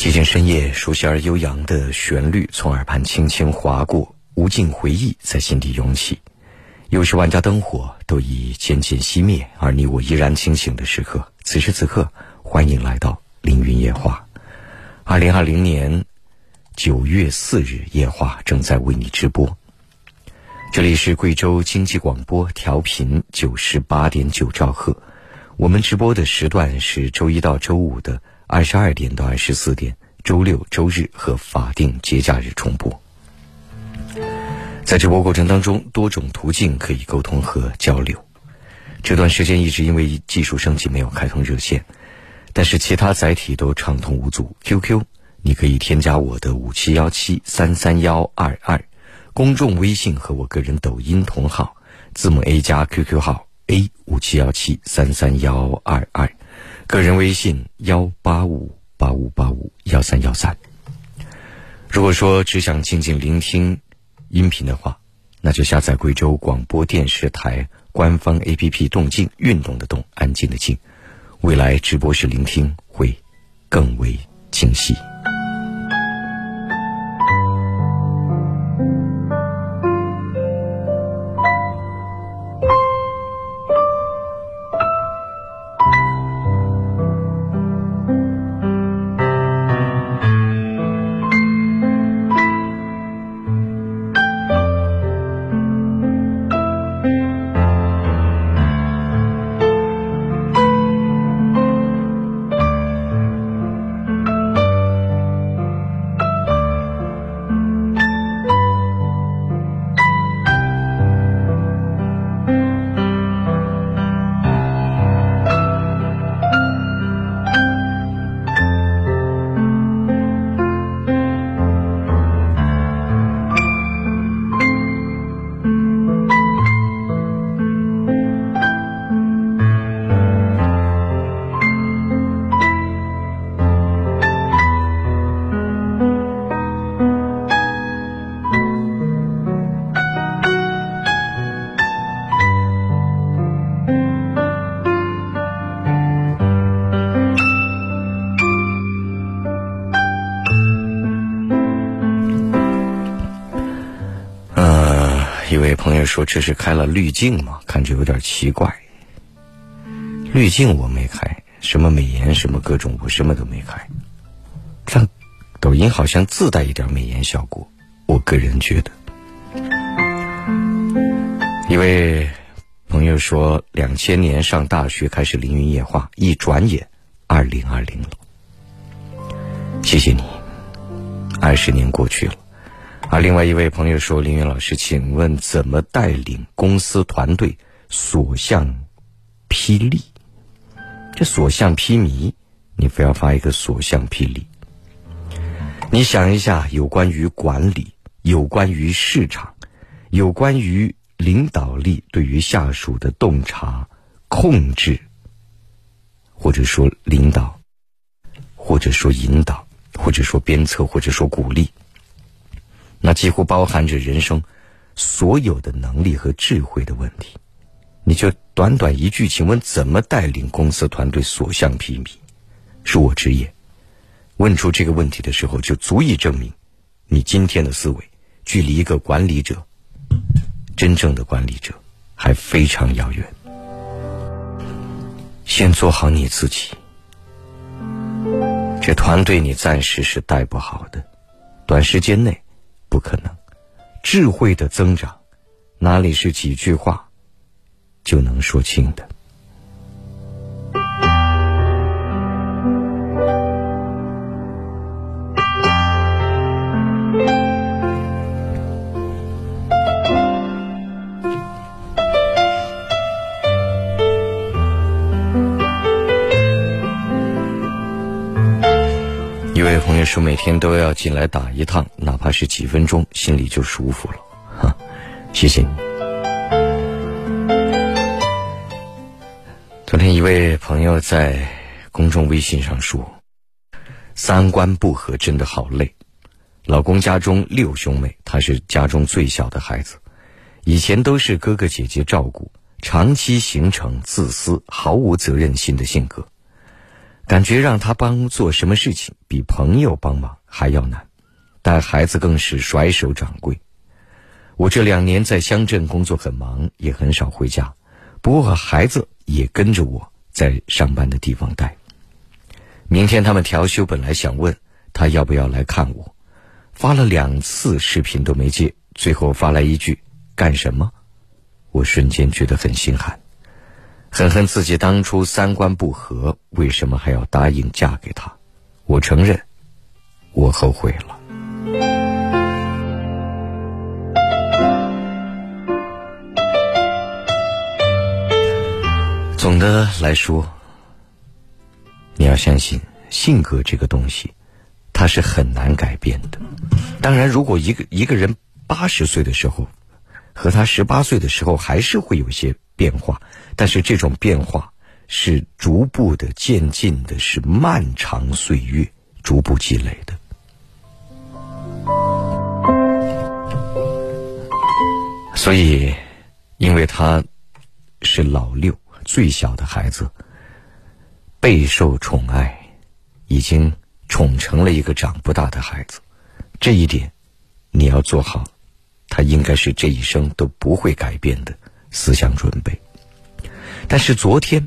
寂静深夜，熟悉而悠扬的旋律从耳畔轻轻划过，无尽回忆在心底涌起。又是万家灯火都已渐渐熄灭，而你我依然清醒的时刻。此时此刻，欢迎来到凌云夜话。2020年9月4日，夜话正在为你直播。这里是贵州经济广播，调频98.9兆赫。我们直播的时段是周一到周五的22点到24点，周六周日和法定节假日重播。在直播过程当中，多种途径可以沟通和交流。这段时间一直因为技术升级没有开通热线，但是其他载体都畅通无阻。 QQ 你可以添加我的5717331122，公众微信和我个人抖音同号，字母 A 加 QQ 号 A5717331122，个人微信18585851313。如果说只想静静聆听音频的话，那就下载贵州广播电视台官方 APP 动静，运动的动，安静的静，未来直播时聆听会更为清晰。一位朋友说，这是开了滤镜吗？看着有点奇怪。滤镜我没开，什么美颜什么各种我什么都没开，但抖音好像自带一点美颜效果，我个人觉得。一位朋友说，2000年上大学开始凌云夜话，一转眼2020了。谢谢你，20年过去了。另外一位朋友说，凌云老师，请问怎么带领公司团队所向披靡？这所向披靡，你非要发一个所向披靡。你想一下，有关于管理，有关于市场，有关于领导力对于下属的洞察、控制，或者说领导，或者说引导，或者说鞭策，或者说鼓励，那几乎包含着人生所有的能力和智慧的问题。你就短短一句，请问怎么带领公司团队所向披靡？恕我直言，问出这个问题的时候，就足以证明你今天的思维距离一个管理者，真正的管理者还非常遥远。先做好你自己，这团队你暂时是带不好的，短时间内不可能。智慧的增长，哪里是几句话就能说清的？一位朋友说，每天都要进来打一趟，哪怕是几分钟，心里就舒服了。谢谢你。昨天一位朋友在公众微信上说，三观不合真的好累。老公家中6兄妹，他是家中最小的孩子，以前都是哥哥姐姐照顾，长期形成自私毫无责任心的性格。 感觉让他帮做什么事情比朋友帮忙还要难，带孩子更是甩手掌柜。我这2年在乡镇工作很忙，也很少回家，不过孩子也跟着我在上班的地方待。明天他们调休，本来想问他要不要来看我，发了2次视频都没接，最后发来一句干什么。我瞬间觉得很心寒，狠恨自己当初3观不合，为什么还要答应嫁给他。我承认我后悔了。总的来说，你要相信性格这个东西它是很难改变的。当然如果一个人80岁的时候和他18岁的时候还是会有一些变化，但是这种变化是逐步的、渐进的，是漫长岁月逐步积累的。所以因为他是老6最小的孩子，备受宠爱，已经宠成了一个长不大的孩子，这一点你要做好他应该是这一生都不会改变的思想准备。但是昨天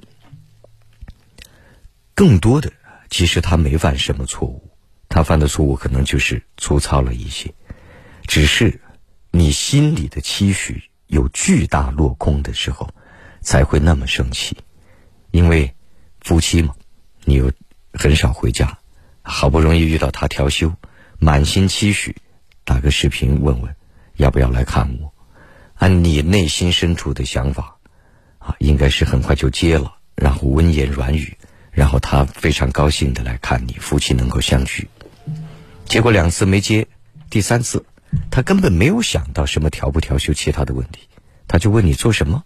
更多的其实他没犯什么错误，他犯的错误可能就是粗糙了一些，只是你心里的期许有巨大落空的时候才会那么生气。因为夫妻嘛，你又很少回家，好不容易遇到他调休，满心期许打个视频问问要不要来看我，按你内心深处的想法应该是很快就接了，然后温言软语，然后他非常高兴的来看你，夫妻能够相聚。结果2次没接，第3次他根本没有想到什么调不调休其他的问题，他就问你做什么。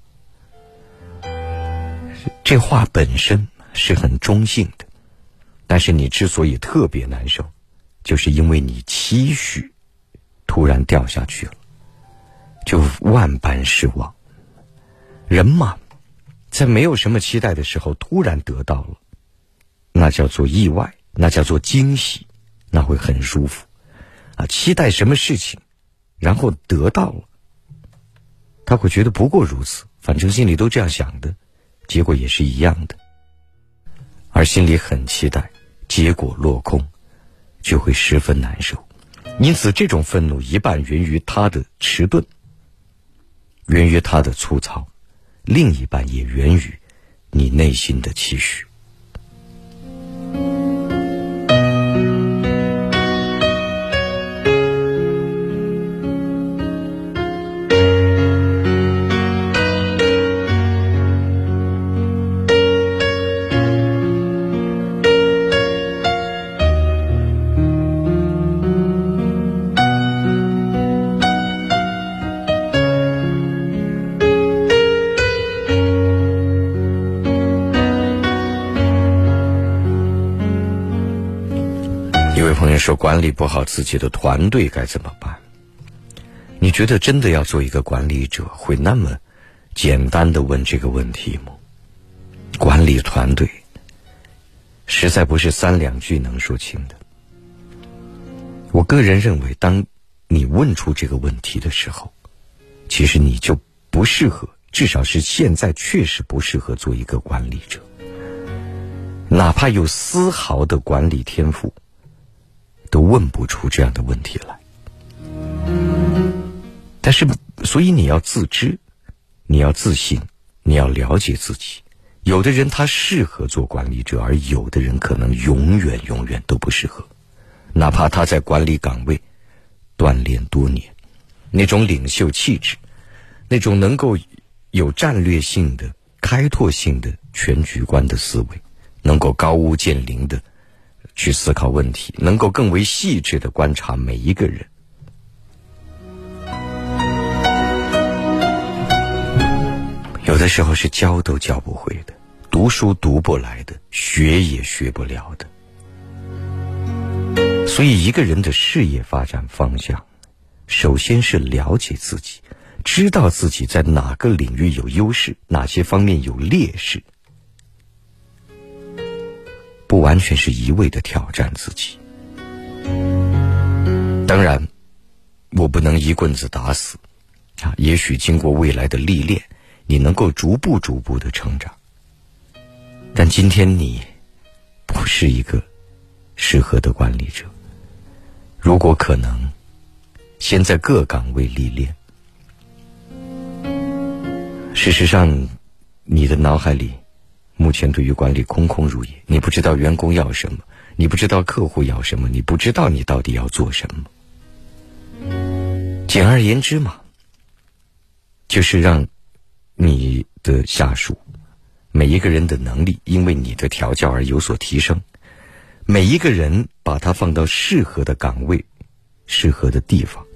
这话本身是很中性的，但是你之所以特别难受，就是因为你期许突然掉下去了，就万般失望。人嘛，在没有什么期待的时候突然得到了，那叫做意外，那叫做惊喜，那会很舒服期待什么事情然后得到了，他会觉得不过如此，反正心里都这样想的，结果也是一样的。而心里很期待，结果落空，就会十分难受。因此这种愤怒一半源于他的迟钝，源于他的粗糙，另一半也源于你内心的期许。朋友说管理不好自己的团队该怎么办？你觉得真的要做一个管理者会那么简单的问这个问题吗？管理团队实在不是3两句能说清的。我个人认为，当你问出这个问题的时候，其实你就不适合，至少是现在确实不适合做一个管理者。哪怕有丝毫的管理天赋，都问不出这样的问题来。但是所以你要自知，你要自信，你要了解自己。有的人他适合做管理者，而有的人可能永远都不适合，哪怕他在管理岗位锻炼多年，那种领袖气质，那种能够有战略性的、开拓性的全局观的思维，能够高屋建瓴的去思考问题，能够更为细致地观察每一个人。有的时候是教都教不会的，读书读不来的，学也学不了的。所以一个人的事业发展方向，首先是了解自己，知道自己在哪个领域有优势，哪些方面有劣势。 不完全是一味的挑战自己。当然我不能一棍子打死也许经过未来的历练，你能够逐步的成长，但今天你不是一个适合的管理者。如果可能，先在各岗位历练。事实上，你的脑海里目前对于管理空空如也，你不知道员工要什么，你不知道客户要什么，你不知道你到底要做什么。简而言之嘛，就是让你的下属每一个人的能力因为你的调教而有所提升，每一个人把他放到适合的岗位、适合的地方，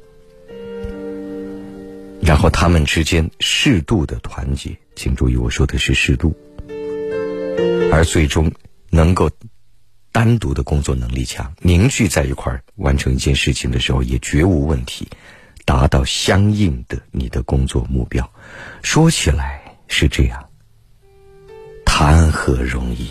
然后他们之间适度的团结，请注意我说的是适度，而最终能够单独的工作能力强，凝聚在一块儿完成一件事情的时候也绝无问题，达到相应的你的工作目标。说起来是这样，谈何容易。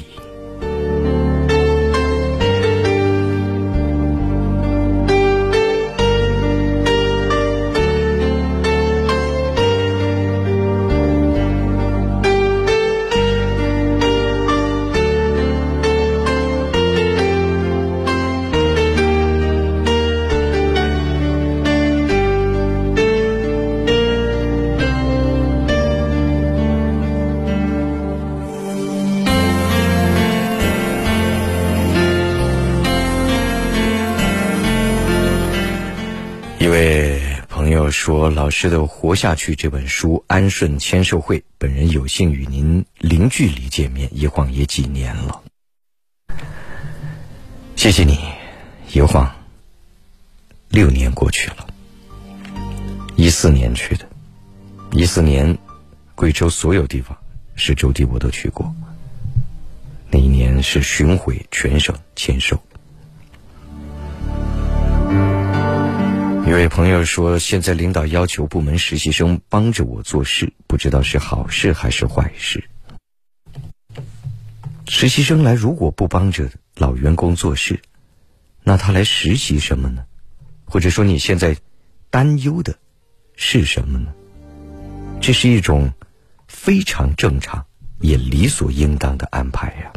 一位朋友说，老师的《活下去》这本书安顺签售会，本人有幸与您零距离见面，一晃也几年了。谢谢你，一晃6年过去了。14年去的，14年贵州所有地方是州地我都去过，那一年是巡回全省签售。有位朋友说，现在领导要求部门实习生帮着我做事，不知道是好事还是坏事。实习生来如果不帮着老员工做事，那他来实习什么呢？或者说你现在担忧的是什么呢？这是一种非常正常也理所应当的安排呀。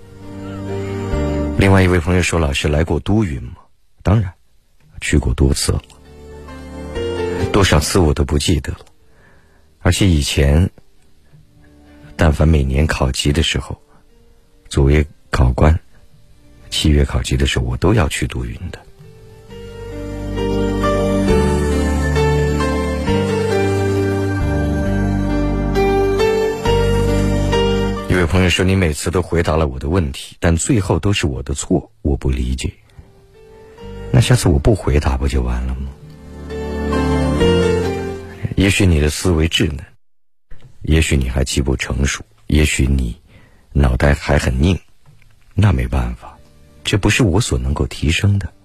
另外一位朋友说，老师来过都匀吗？当然去过多次了，多少次我都不记得了。而且以前但凡每年考级的时候，作为考官7月考级的时候，我都要去都匀的。一位朋友说，你每次都回答了我的问题，但最后都是我的错，我不理解。那下次我不回答不就完了吗？也许你的思维稚嫩，也许你还极不成熟，也许你脑袋还很硬，那没办法，这不是我所能够提升的。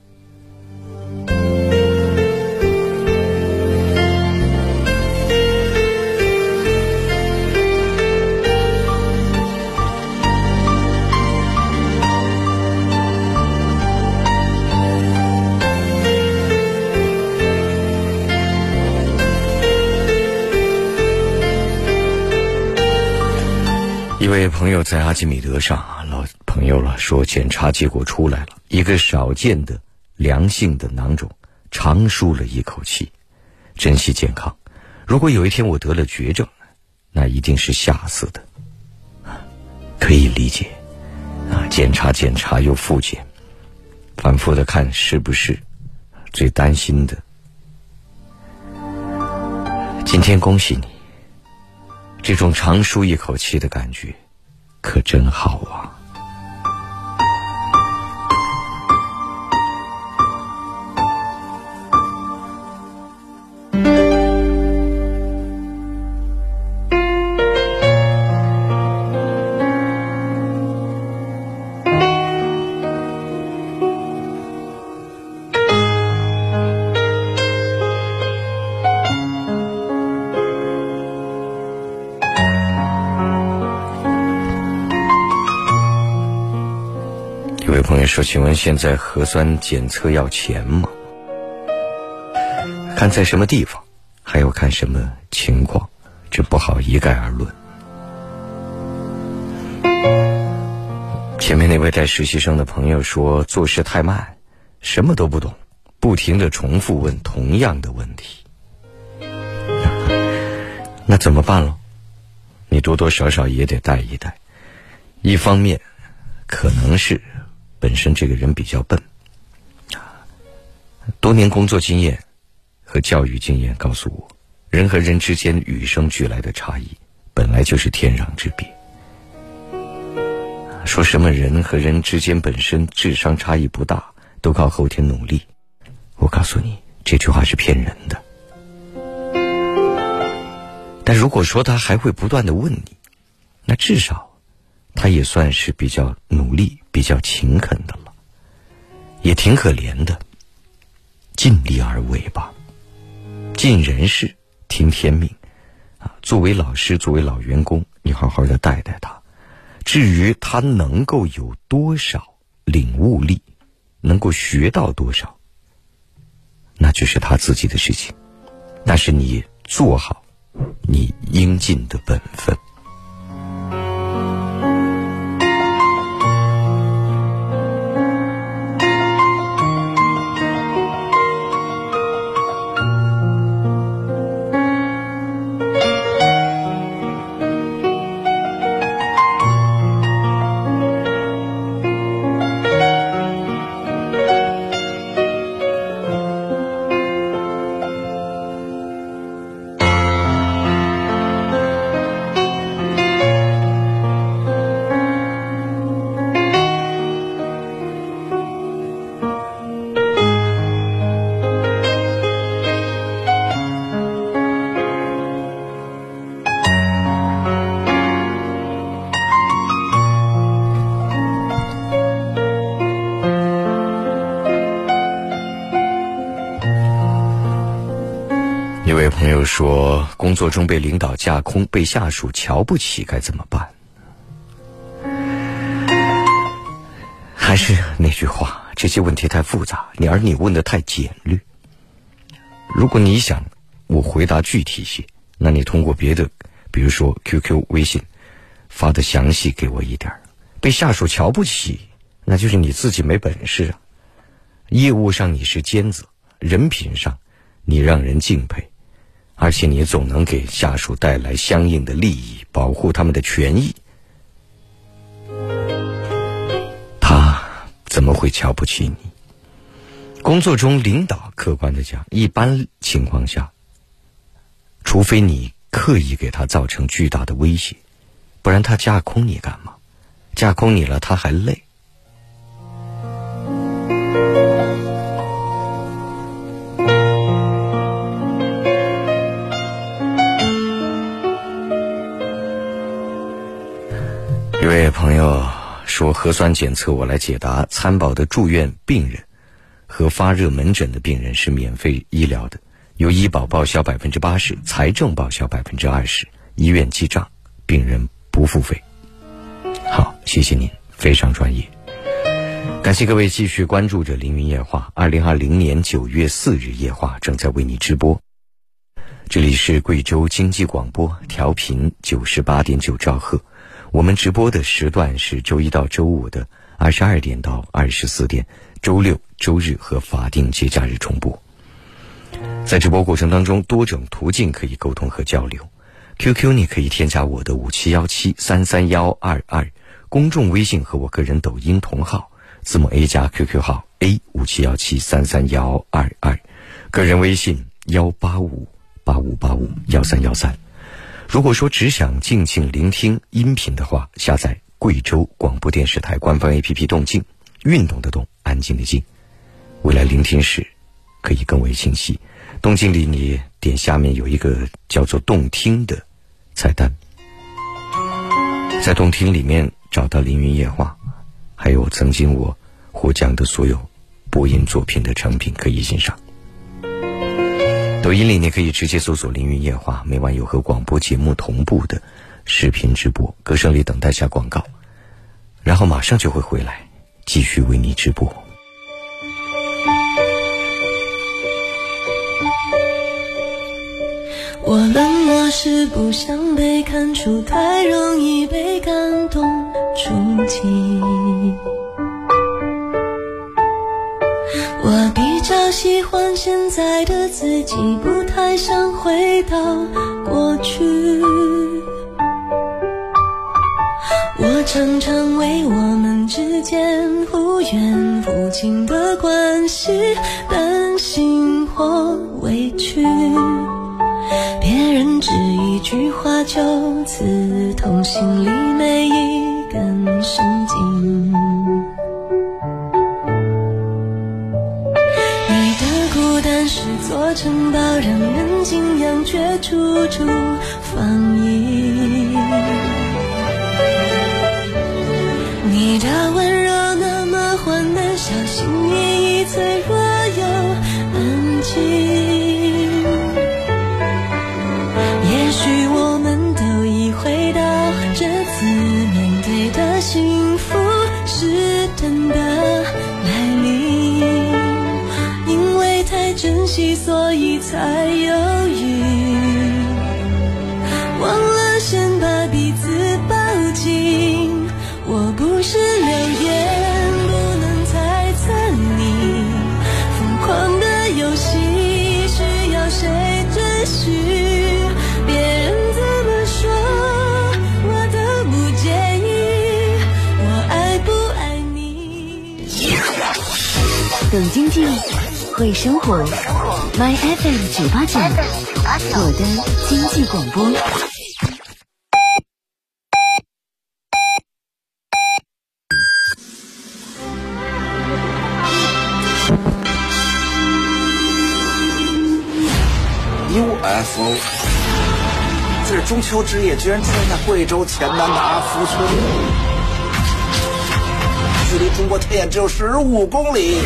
一位朋友在阿基米德上，老朋友了，说检查结果出来了，一个少见的良性的囊肿，长舒了一口气，珍惜健康。如果有一天我得了绝症，那一定是吓死的。可以理解检查又复检，反复的看是不是最担心的。今天恭喜你，这种长舒一口气的感觉可真好啊。 说，请问现在核酸检测要钱吗？看在什么地方，还要看什么情况，这不好一概而论。前面那位带实习生的朋友说做事太慢，什么都不懂，不停地重复问同样的问题。那怎么办了？你多多少少也得带一带。一方面可能是本身这个人比较笨，多年工作经验和教育经验告诉我，人和人之间与生俱来的差异本来就是天壤之别。说什么人和人之间本身智商差异不大，都靠后天努力，我告诉你，这句话是骗人的。但如果说他还会不断地问你，那至少他也算是比较努力比较勤恳的了，也挺可怜的，尽力而为吧，尽人事听天命作为老师，作为老员工，你好好的带带他。至于他能够有多少领悟力，能够学到多少，那就是他自己的事情。但是你做好你应尽的本分。一位朋友说，工作中被领导架空，被下属瞧不起，该怎么办？还是那句话，这些问题太复杂，而你问的太简略。如果你想我回答具体些，那你通过别的，比如说 QQ、微信发的详细给我一点。被下属瞧不起，那就是你自己没本事啊。业务上你是尖子，人品上你让人敬佩，而且你总能给下属带来相应的利益，保护他们的权益，他怎么会瞧不起你？工作中领导客观的讲，一般情况下，除非你刻意给他造成巨大的威胁，不然他架空你干嘛？架空你了他还累。一位朋友说，核酸检测我来解答，参保的住院病人和发热门诊的病人是免费医疗的，由医保报销 80%， 财政报销 20%， 医院记账，病人不付费。好，谢谢您，非常专业。感谢各位继续关注着凌云夜话，2020年9月4日夜话正在为你直播。这里是贵州经济广播，调频 98.9 兆赫。我们直播的时段是周一到周五的22点到24点，周六、周日和法定节假日重播。在直播过程当中，多种途径可以沟通和交流。QQ 你可以添加我的5717-33122，公众微信和我个人抖音同号，字母 A 加 QQ 号 A5717-33122，个人微信18585851313。如果说只想静静聆听音频的话，下载贵州广播电视台官方 APP 动静，运动的动，安静的静，未来聆听时可以更为清晰。动静里你点下面有一个叫做动听的菜单，在动听里面找到凌云夜话，还有曾经我获奖的所有播音作品的成品可以欣赏。抖音里你可以直接搜索凌云夜话，每晚有和广播节目同步的视频直播，歌声里等待下广告，然后马上就会回来继续为你直播。 我冷漠是不想被看出，太容易被感动触及。我比较喜欢现在的自己，不太想回到过去。我常常为我们之间忽远忽近的关系担心或委屈，别人只一句话就刺痛心里每一根神经。你的孤单是座城堡，让人敬仰却处处防疫。你的温柔那么缓慢，小心翼翼，脆弱又安静。也许我们都已回到这次面对的幸福是真的来临，因为太珍惜所以才犹豫，忘了先把彼此抱紧。我不是流言，不能猜测你疯狂的游戏需要谁准许，别人怎么说我都不介意，我爱不爱你。 懂经济，会生活 ，My FM 989，我的经济广播。 UFO， 这是中秋之夜居然出现在贵州黔南的阿福村，距离中国天眼只有15公里。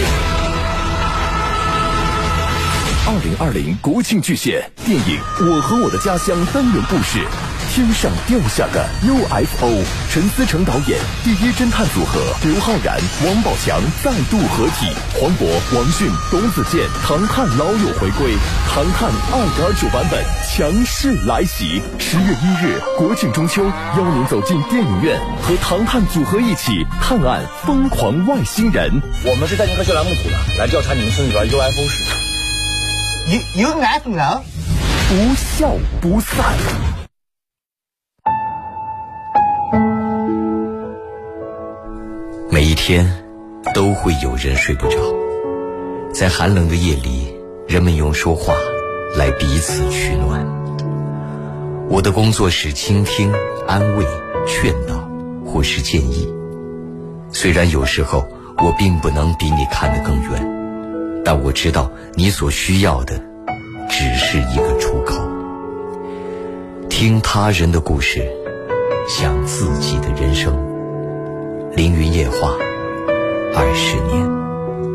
2020国庆巨献电影《我和我的家乡》单元故事，天上掉下个 UFO， 陈思诚导演，第一侦探组合刘昊然、王宝强再度合体，黄渤、王迅、董子健、唐探老友回归，唐探2.9版本强势来袭。10月1日国庆中秋，邀您走进电影院，和唐探组合一起探案疯狂外星人。 我们是在您科学栏目组的，来调查你们村里边 UFO 事。 有爱不能， 不笑不散。 每一天都会有人睡不着，在寒冷的夜里，人们用说话来彼此取暖。我的工作是倾听、安慰、劝导或是建议。虽然有时候我并不能比你看得更远，但我知道你所需要的只是一个出口。听他人的故事，想自己的人生。凌云夜话20年。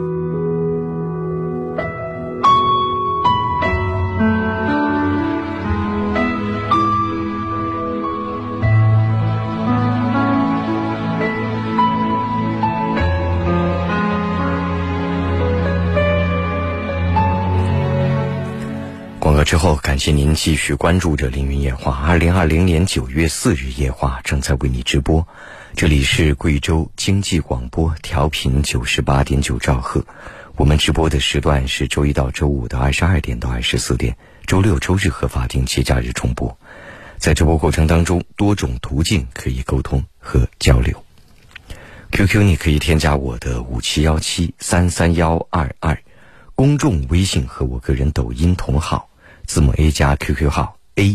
广告之后，感谢您继续关注着凌云夜话。2020年9月4日夜话正在为你直播，这里是贵州经济广播，调频98.9兆赫。我们直播的时段是周一到周五的22点到24点，周六周日和法定节假日重播。在直播过程当中，多种途径可以沟通和交流。QQ 你可以添加我的5717331122，公众微信和我个人抖音同号，字母 A 加 QQ 号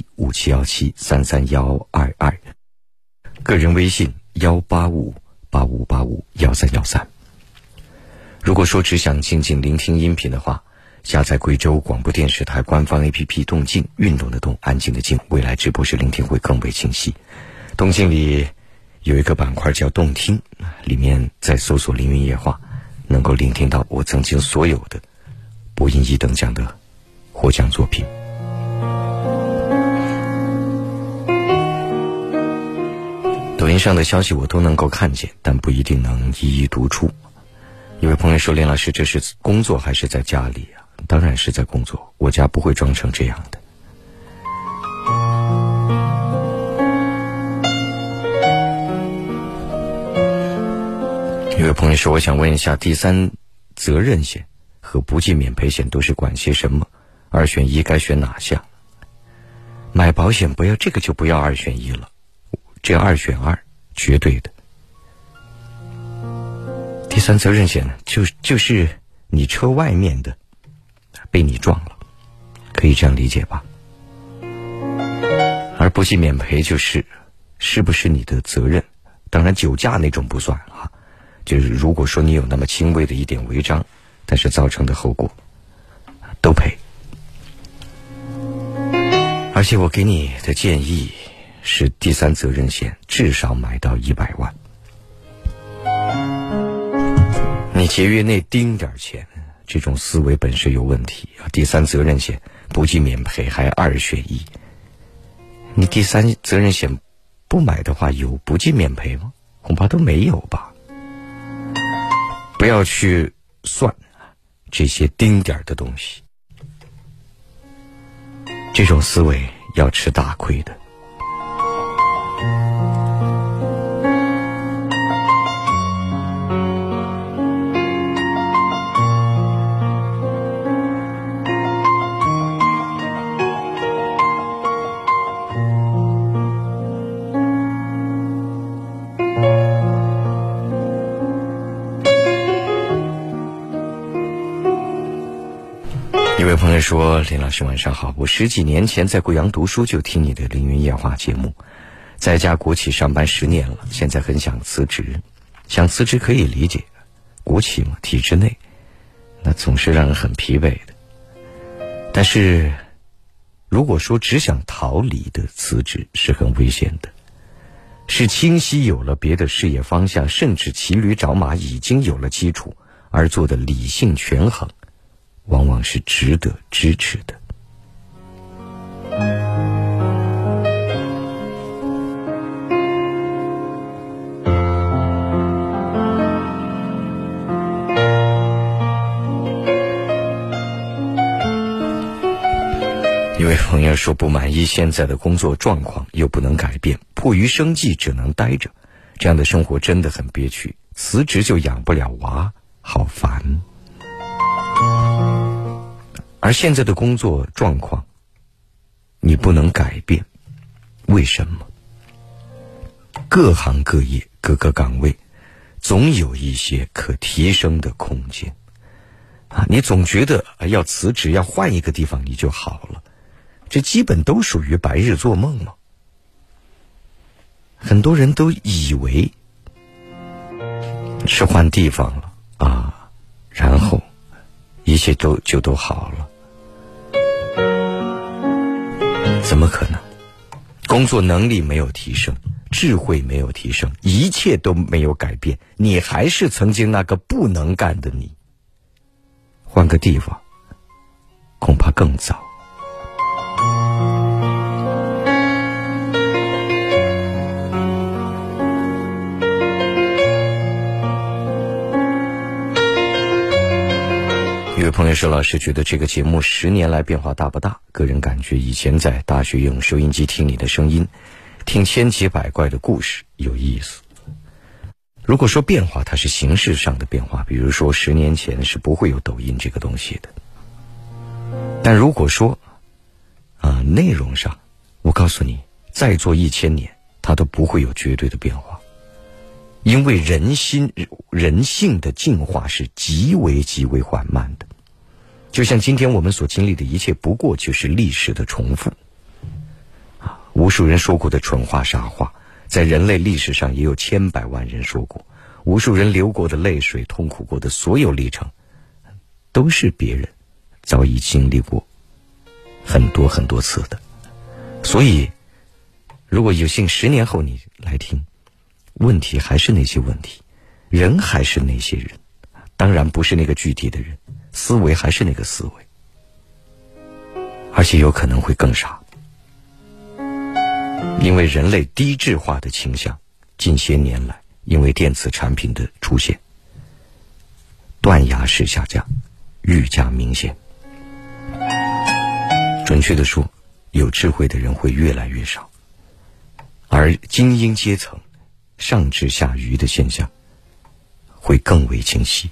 A5717331122，个人微信18585851313。如果说只想静静聆听音频的话，下载贵州广播电视台官方 APP 动静，运动的动，安静的静，未来直播时聆听会更为清晰。动静里有一个板块叫动听，里面在搜索凌云夜话，能够聆听到我曾经所有的播音1等奖的获奖作品。抖音上的消息我都能够看见，但不一定能一一读出。有位朋友说，林老师，这是工作还是在家里啊？当然是在工作，我家不会装成这样的。有位朋友说，我想问一下，第三责任险和不计免赔险都是管些什么？2选1该选哪项？买保险不要这个就不要2选1了，这2选2绝对的。第三责任险呢，就是你车外面的被你撞了，可以这样理解吧？而不计免赔是不是你的责任？当然酒驾那种不算啊，就是如果说你有那么轻微的一点违章，但是造成的后果都赔。而且我给你的建议是，第三责任险至少买到100万。你节约那丁点钱，这种思维本身有问题啊！第三责任险不计免赔还2选1，你第三责任险不买的话，有不计免赔吗？恐怕都没有吧。不要去算这些丁点的东西，这种思维要吃大亏的。一位朋友说，林老师晚上好，我10几年前在贵阳读书就听你的凌云夜话节目，在家国企上班10年了，现在很想辞职。想辞职可以理解，国企嘛，体制内那总是让人很疲惫的。但是如果说只想逃离的辞职是很危险的，是清晰有了别的事业方向，甚至骑驴找马已经有了基础而做的理性权衡，往往是值得支持的。一位朋友说，不满意现在的工作状况，又不能改变，迫于生计只能待着，这样的生活真的很憋屈，辞职就养不了娃，好烦。而现在的工作状况你不能改变，为什么？各行各业各个岗位总有一些可提升的空间啊！你总觉得要辞职，要换一个地方你就好了，这基本都属于白日做梦嘛。很多人都以为是换地方了啊，然后一切都好了。怎么可能？工作能力没有提升，智慧没有提升，一切都没有改变，你还是曾经那个不能干的你。换个地方恐怕更早。有位朋友说，老师觉得这个节目10年来变化大不大？个人感觉以前在大学用收音机听你的声音，听千奇百怪的故事有意思。如果说变化，它是形式上的变化，比如说10年前是不会有抖音这个东西的。但如果说内容上，我告诉你，再做1000年它都不会有绝对的变化，因为人性的进化是极为缓慢的。就像今天我们所经历的一切，不过就是历史的重复。无数人说过的蠢话傻话，在人类历史上也有千百万人说过，无数人流过的泪水，痛苦过的所有历程，都是别人早已经历过很多很多次的。所以如果有幸10年后你来听，问题还是那些问题，人还是那些人，当然不是那个具体的人，思维还是那个思维，而且有可能会更傻。因为人类低智化的倾向近些年来因为电子产品的出现，断崖式下降，愈加明显。准确地说，有智慧的人会越来越少，而精英阶层上至下愚的现象会更为清晰。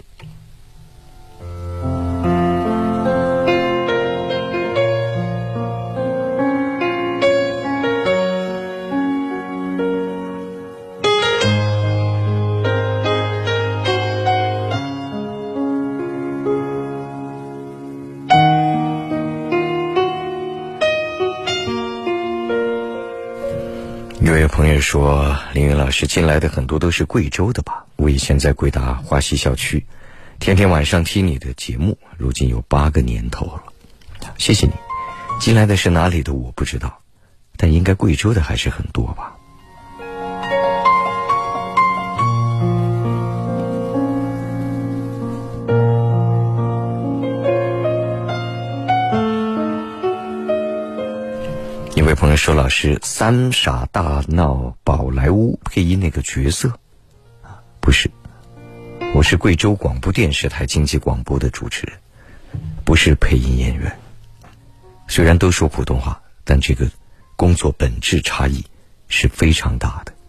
有位朋友说，凌云老师，进来的很多都是贵州的吧？我以前在贵达华西校区，天天晚上听你的节目，如今有8个年头了。谢谢你。进来的是哪里的我不知道，但应该贵州的还是很多吧。一位朋友说，老师，三傻大闹宝莱坞配音那个角色不是，我是贵州广播电视台经济广播的主持人，不是配音演员。虽然都说普通话，但这个工作本质差异是非常大的。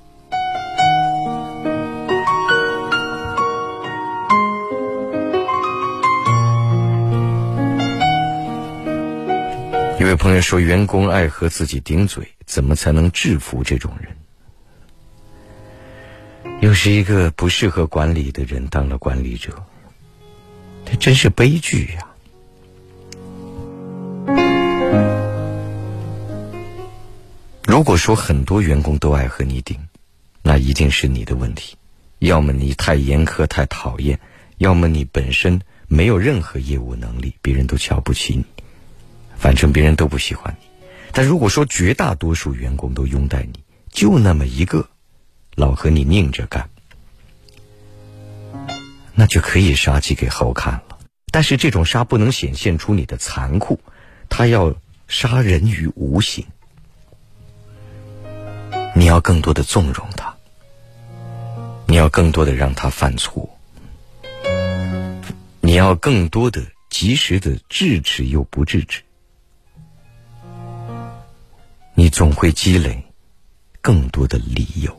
一位朋友说，员工爱和自己顶嘴，怎么才能制服这种人？又是一个不适合管理的人当了管理者，这真是悲剧呀！如果说很多员工都爱和你顶，那一定是你的问题，要么你太严苛太讨厌，要么你本身没有任何业务能力，别人都瞧不起你，反正别人都不喜欢你。但如果说绝大多数员工都拥戴你，就那么一个老和你拧着干，那就可以杀鸡给猴看了。但是这种杀不能显现出你的残酷，他要杀人于无形。你要更多的纵容他，你要更多的让他犯错，你要更多的及时的制止又不制止，你总会积累更多的理由。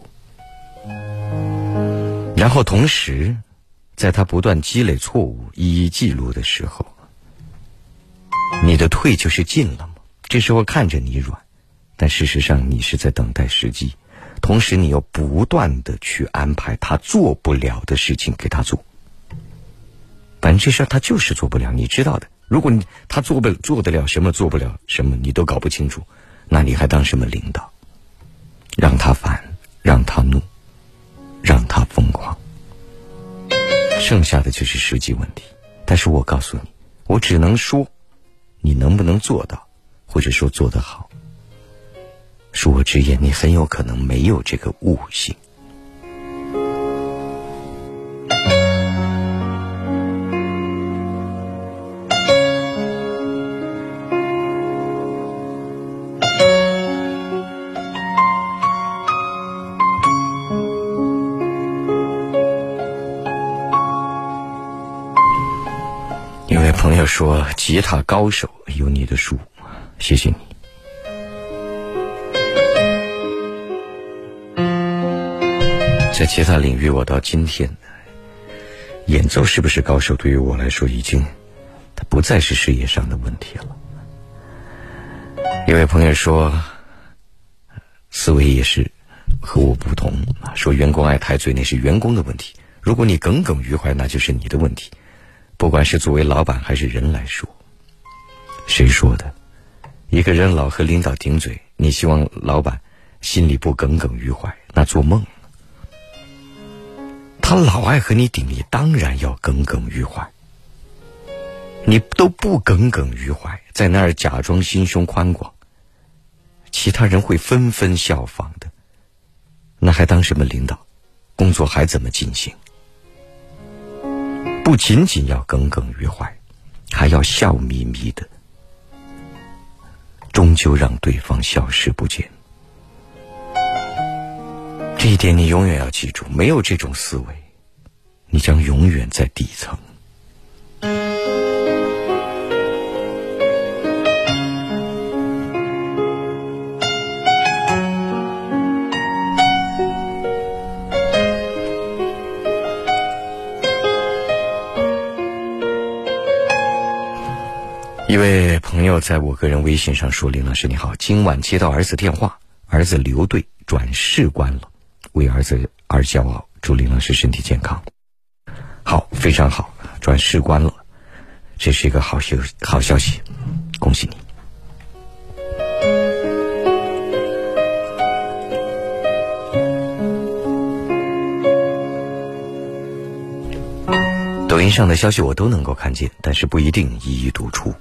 然后同时在他不断积累错误一一记录的时候，你的退就是进了嘛。这时候看着你软，但事实上你是在等待时机，同时你要不断的去安排他做不了的事情给他做。反正这事他就是做不了，你知道的。如果他做得了什么，做不了什么，你都搞不清楚，那你还当什么领导？让他烦，让他怒，让他疯狂，剩下的就是实际问题。但是我告诉你，我只能说你能不能做到，或者说做得好。恕我直言，你很有可能没有这个悟性。有位朋友说，吉他高手有你的书，谢谢你。在吉他领域，我到今天演奏是不是高手，对于我来说它不再是事业上的问题了。有位朋友说，思维也是和我不同，说员工爱抬嘴那是员工的问题，如果你耿耿于怀，那就是你的问题。不管是作为老板还是人来说，谁说的？一个人老和领导顶嘴，你希望老板心里不耿耿于怀，那做梦。他老爱和你顶，你当然要耿耿于怀。你都不耿耿于怀，在那儿假装心胸宽广，其他人会纷纷效仿的，那还当什么领导？工作还怎么进行？不仅仅要耿耿于怀，还要笑眯眯的，终究让对方消失不见。 这一点你永远要记住，没有这种思维，你将永远在底层。一位朋友在我个人微信上说：“林老师你好，今晚接到儿子电话，儿子留队转士官了，为儿子而骄傲，祝林老师身体健康。”好，非常好，转士官了，这是一个好消息，恭喜你。抖音上的消息我都能够看见，但是不一定一一读出。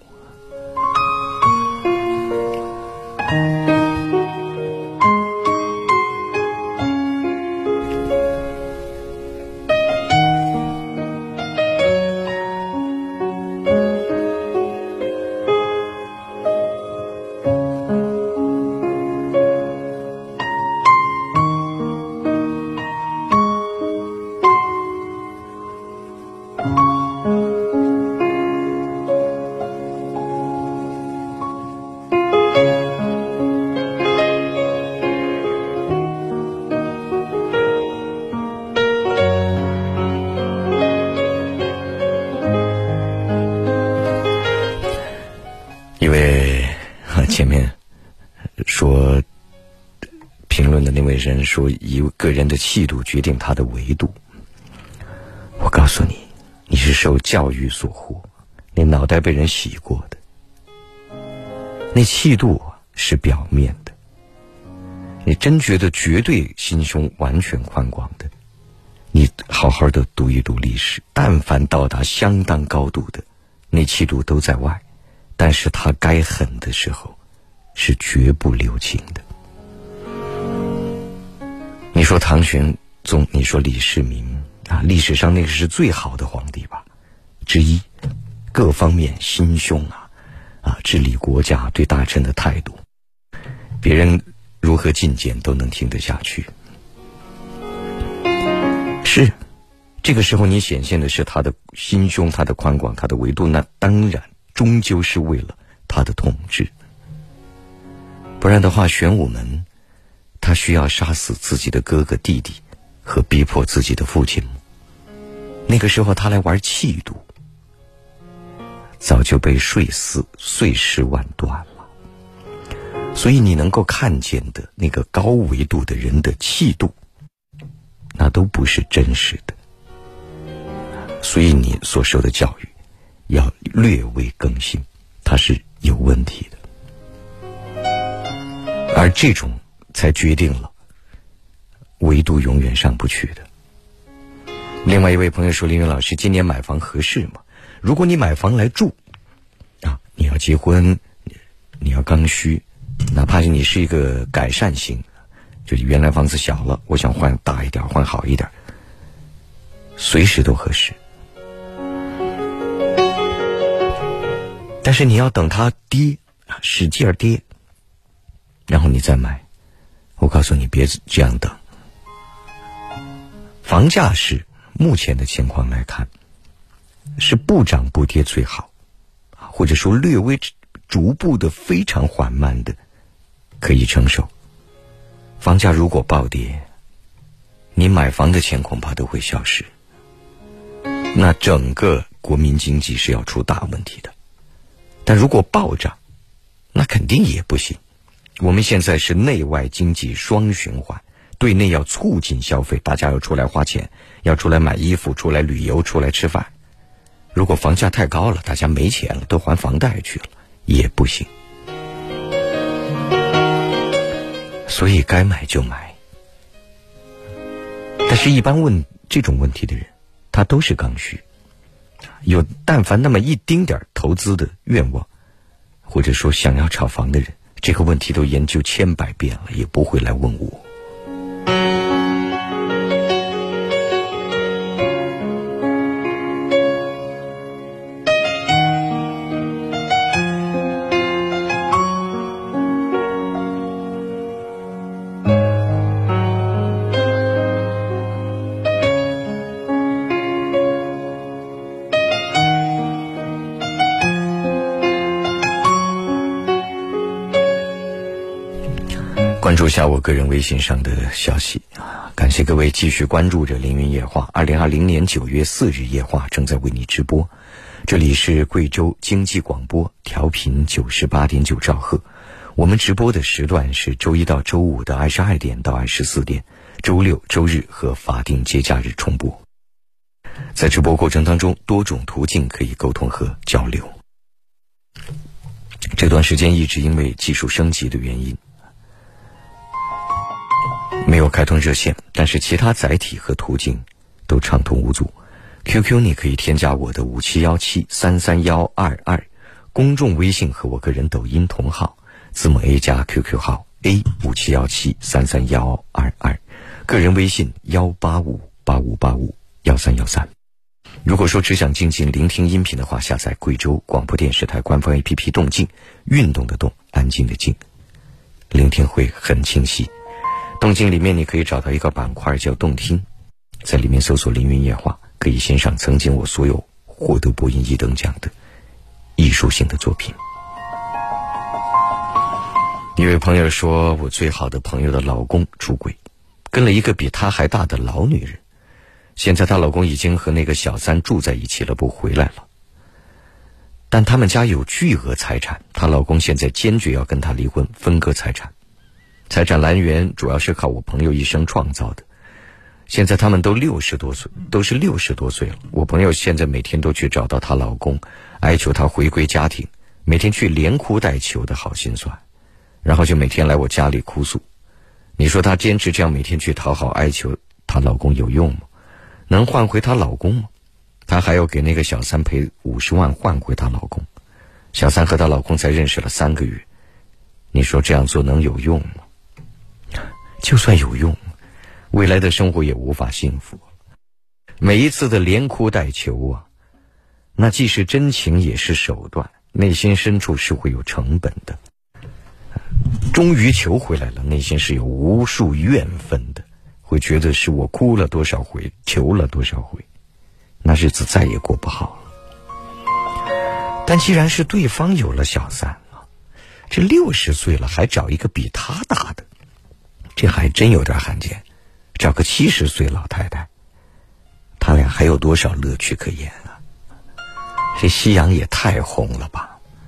前面说评论的那位人说，一个人的气度决定他的维度。我告诉你，你是受教育所惑，你脑袋被人洗过的。那气度是表面的，你真觉得绝对心胸完全宽广的，你好好的读一读历史，但凡到达相当高度的，那气度都在外，但是他该狠的时候是绝不留情的。你说唐玄宗，你说李世民啊，历史上那个是最好的皇帝吧之一，各方面心胸治理国家对大臣的态度，别人如何进谏都能听得下去。是这个时候你显现的是他的心胸，他的宽广，他的维度，那当然终究是为了他的统治。不然的话，玄武门他需要杀死自己的哥哥弟弟和逼迫自己的父亲，那个时候他来玩气度，早就被碎尸万段了。所以你能够看见的那个高维度的人的气度，那都不是真实的。所以你所受的教育要略微更新，它是有问题的。而这种才决定了维度永远上不去的。另外一位朋友说，林云老师，今年买房合适吗？如果你买房来住你要结婚，你要刚需，哪怕是你是一个改善型，就是原来房子小了，我想换大一点，换好一点，随时都合适。但是你要等它跌，使劲儿跌，然后你再买。我告诉你，别这样等。房价是目前的情况来看，是不涨不跌最好，或者说略微逐步的非常缓慢的可以承受。房价如果暴跌，你买房的钱恐怕都会消失，那整个国民经济是要出大问题的。但如果暴涨，那肯定也不行。我们现在是内外经济双循环，对内要促进消费，大家要出来花钱，要出来买衣服，出来旅游，出来吃饭。如果房价太高了，大家没钱了，都还房贷去了，也不行。所以该买就买。但是一般问这种问题的人，他都是刚需，有但凡那么一丁点投资的愿望，或者说想要炒房的人，这个问题都研究千百遍了，也不会来问我。 关注下我个人微信上的消息啊！感谢各位继续关注着凌云夜话。2020年9月4日夜话正在为你直播，这里是贵州经济广播，调频98.9兆赫。我们直播的时段是周一到周五的22点到24点，周六、周日和法定节假日重播。在直播过程当中，多种途径可以沟通和交流。这段时间一直因为技术升级的原因，没有开通热线，但是其他载体和途径都畅通无阻。QQ 你可以添加我的5717331122，公众微信和我个人抖音同号，字母 A 加 QQ 号 A5717331122，个人微信18585851313。如果说只想静静聆听音频的话，下载贵州广播电视台官方 APP 动静，运动的动，安静的静，聆听会很清晰。动静里面你可以找到一个板块叫动听，在里面搜索凌云夜话，可以欣赏曾经我所有获得播音1等奖的艺术性的作品。一位朋友说，我最好的朋友的老公出轨，跟了一个比他还大的老女人，现在她老公已经和那个小三住在一起了，不回来了。但他们家有巨额财产，她老公现在坚决要跟她离婚，分割财产。财产来源主要是靠我朋友一生创造的。现在他们都60多岁，都是60多岁了。我朋友现在每天都去找到她老公，哀求她回归家庭，每天去连哭带求的，好心酸。然后就每天来我家里哭诉。你说她坚持这样每天去讨好哀求她老公有用吗？能换回她老公吗？她还要给那个小三赔50万换回她老公。小三和她老公才认识了3个月，你说这样做能有用吗？就算有用，未来的生活也无法幸福。每一次的连哭带求啊，那既是真情也是手段，内心深处是会有成本的。终于求回来了，内心是有无数怨愤的，会觉得是我哭了多少回，求了多少回，那日子再也过不好了。但既然是对方有了小三啊，这60岁了还找一个比他大的，这还真有点罕见。找个70岁老太太，他俩还有多少乐趣可言啊？这夕阳也太红了吧。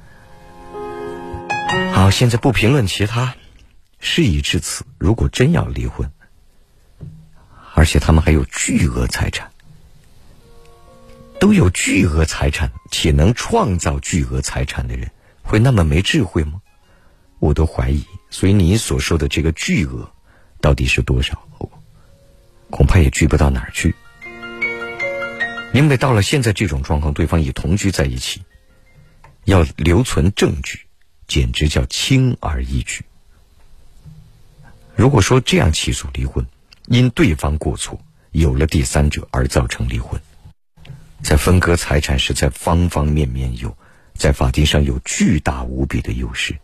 好，现在不评论其他，事已至此，如果真要离婚，而且他们还有巨额财产，都有巨额财产且能创造巨额财产的人，会那么没智慧吗？我都怀疑。所以你所说的这个巨额到底是多少，恐怕也聚不到哪儿去。因为到了现在这种状况，对方已同居在一起，要留存证据简直叫轻而易举。如果说这样起诉离婚，因对方过错有了第三者而造成离婚，在分割财产时在方方面面有，在法庭上有巨大无比的优势。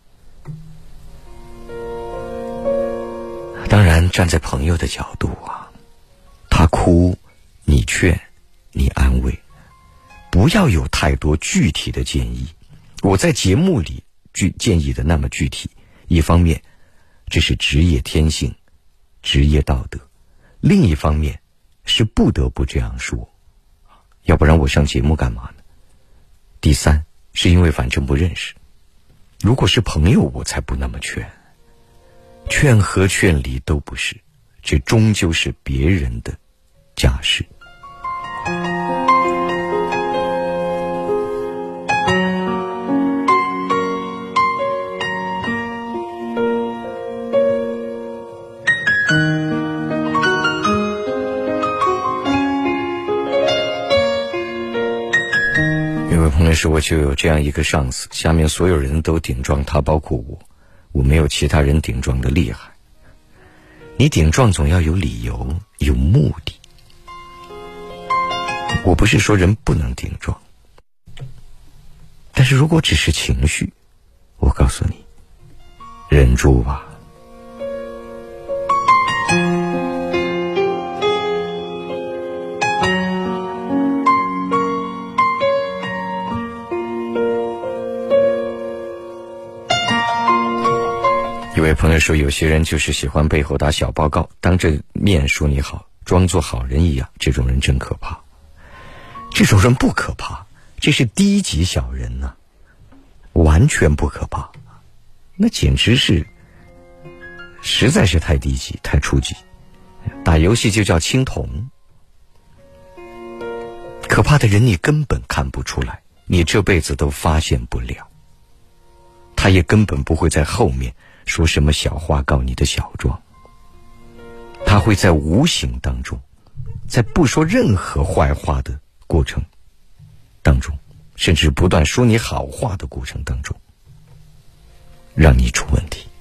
当然站在朋友的角度啊，他哭你劝你安慰，不要有太多具体的建议。我在节目里建议的那么具体，一方面这是职业天性职业道德，另一方面是不得不这样说，要不然我上节目干嘛呢？第三是因为反正不认识，如果是朋友我才不那么劝，劝和劝离都不是，这终究是别人的家事。有位朋友说，我就有这样一个上司，下面所有人都顶撞他，包括我没有其他人顶撞的厉害。你顶撞总要有理由有目的，我不是说人不能顶撞，但是如果只是情绪，我告诉你忍住吧。 一位朋友说，有些人就是喜欢背后打小报告，当着面说你好，装作好人一样，这种人真可怕。这种人不可怕，这是低级小人啊，完全不可怕，那简直是实在是太低级太初级，打游戏就叫青铜。可怕的人你根本看不出来，你这辈子都发现不了，他也根本不会在后面说什么小话告你的小状，他会在无形当中，在不说任何坏话的过程当中，甚至不断说你好话的过程当中，让你出问题。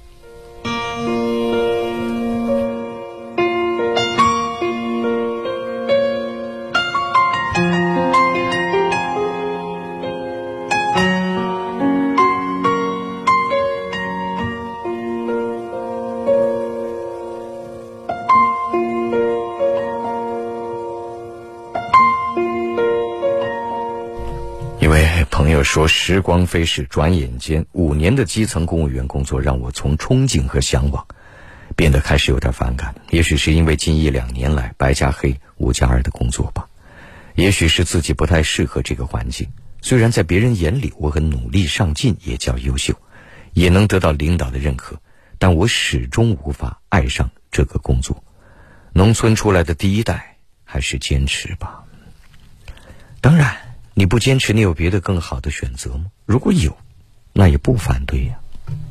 朋友说，时光飞逝，转眼间5年的基层公务员工作让我从憧憬和向往变得开始有点反感。也许是因为近1-2年来白加黑5+2的工作吧，也许是自己不太适合这个环境。虽然在别人眼里我很努力上进，也较优秀，也能得到领导的认可，但我始终无法爱上这个工作。农村出来的第一代，还是坚持吧。当然你不坚持，你有别的更好的选择吗？如果有，那也不反对呀。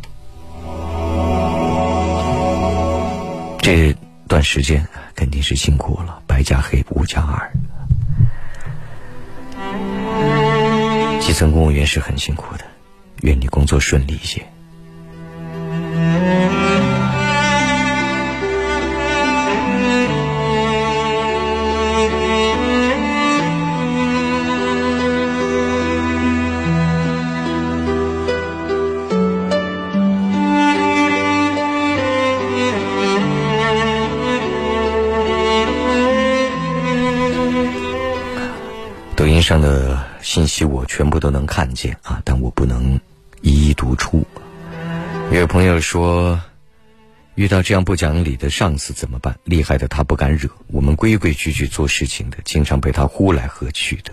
这段时间肯定是辛苦了，白加黑5+2。基层公务员是很辛苦的，愿你工作顺利一些。抖音上的信息我全部都能看见啊，但我不能一一读出。有朋友说，遇到这样不讲理的上司怎么办？厉害的他不敢惹，我们规规矩矩做事情的，经常被他呼来喝去的。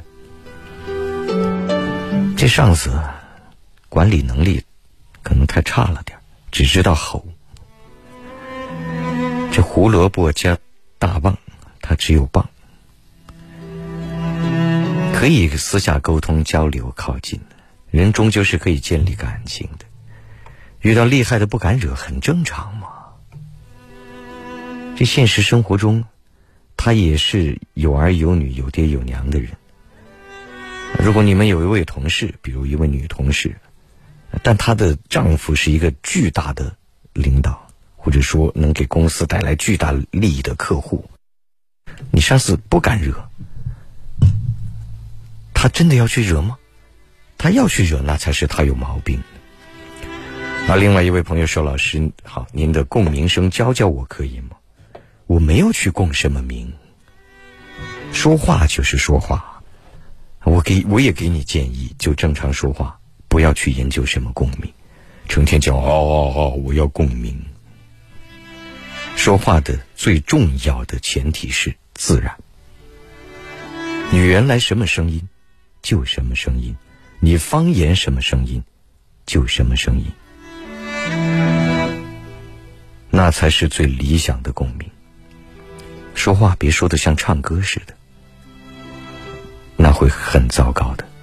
这上司管理能力可能太差了点，只知道吼。这胡萝卜加大棒，他只有棒。可以私下沟通交流靠近的人，终究是可以建立感情的。遇到厉害的不敢惹很正常嘛。这现实生活中他也是有儿有女有爹有娘的人。如果你们有一位同事，比如一位女同事，但她的丈夫是一个巨大的领导，或者说能给公司带来巨大利益的客户，你上司不敢惹，他真的要去惹吗？他要去惹，那才是他有毛病。另外一位朋友说，老师好，您的共鸣声教教我可以吗？我没有去共什么鸣，说话就是说话，我也给你建议，就正常说话，不要去研究什么共鸣，成天讲我要共鸣。说话的最重要的前提是自然，你原来什么声音就什么声音，你方言什么声音就什么声音，那才是最理想的共鸣。说话别说得像唱歌似的，那会很糟糕的。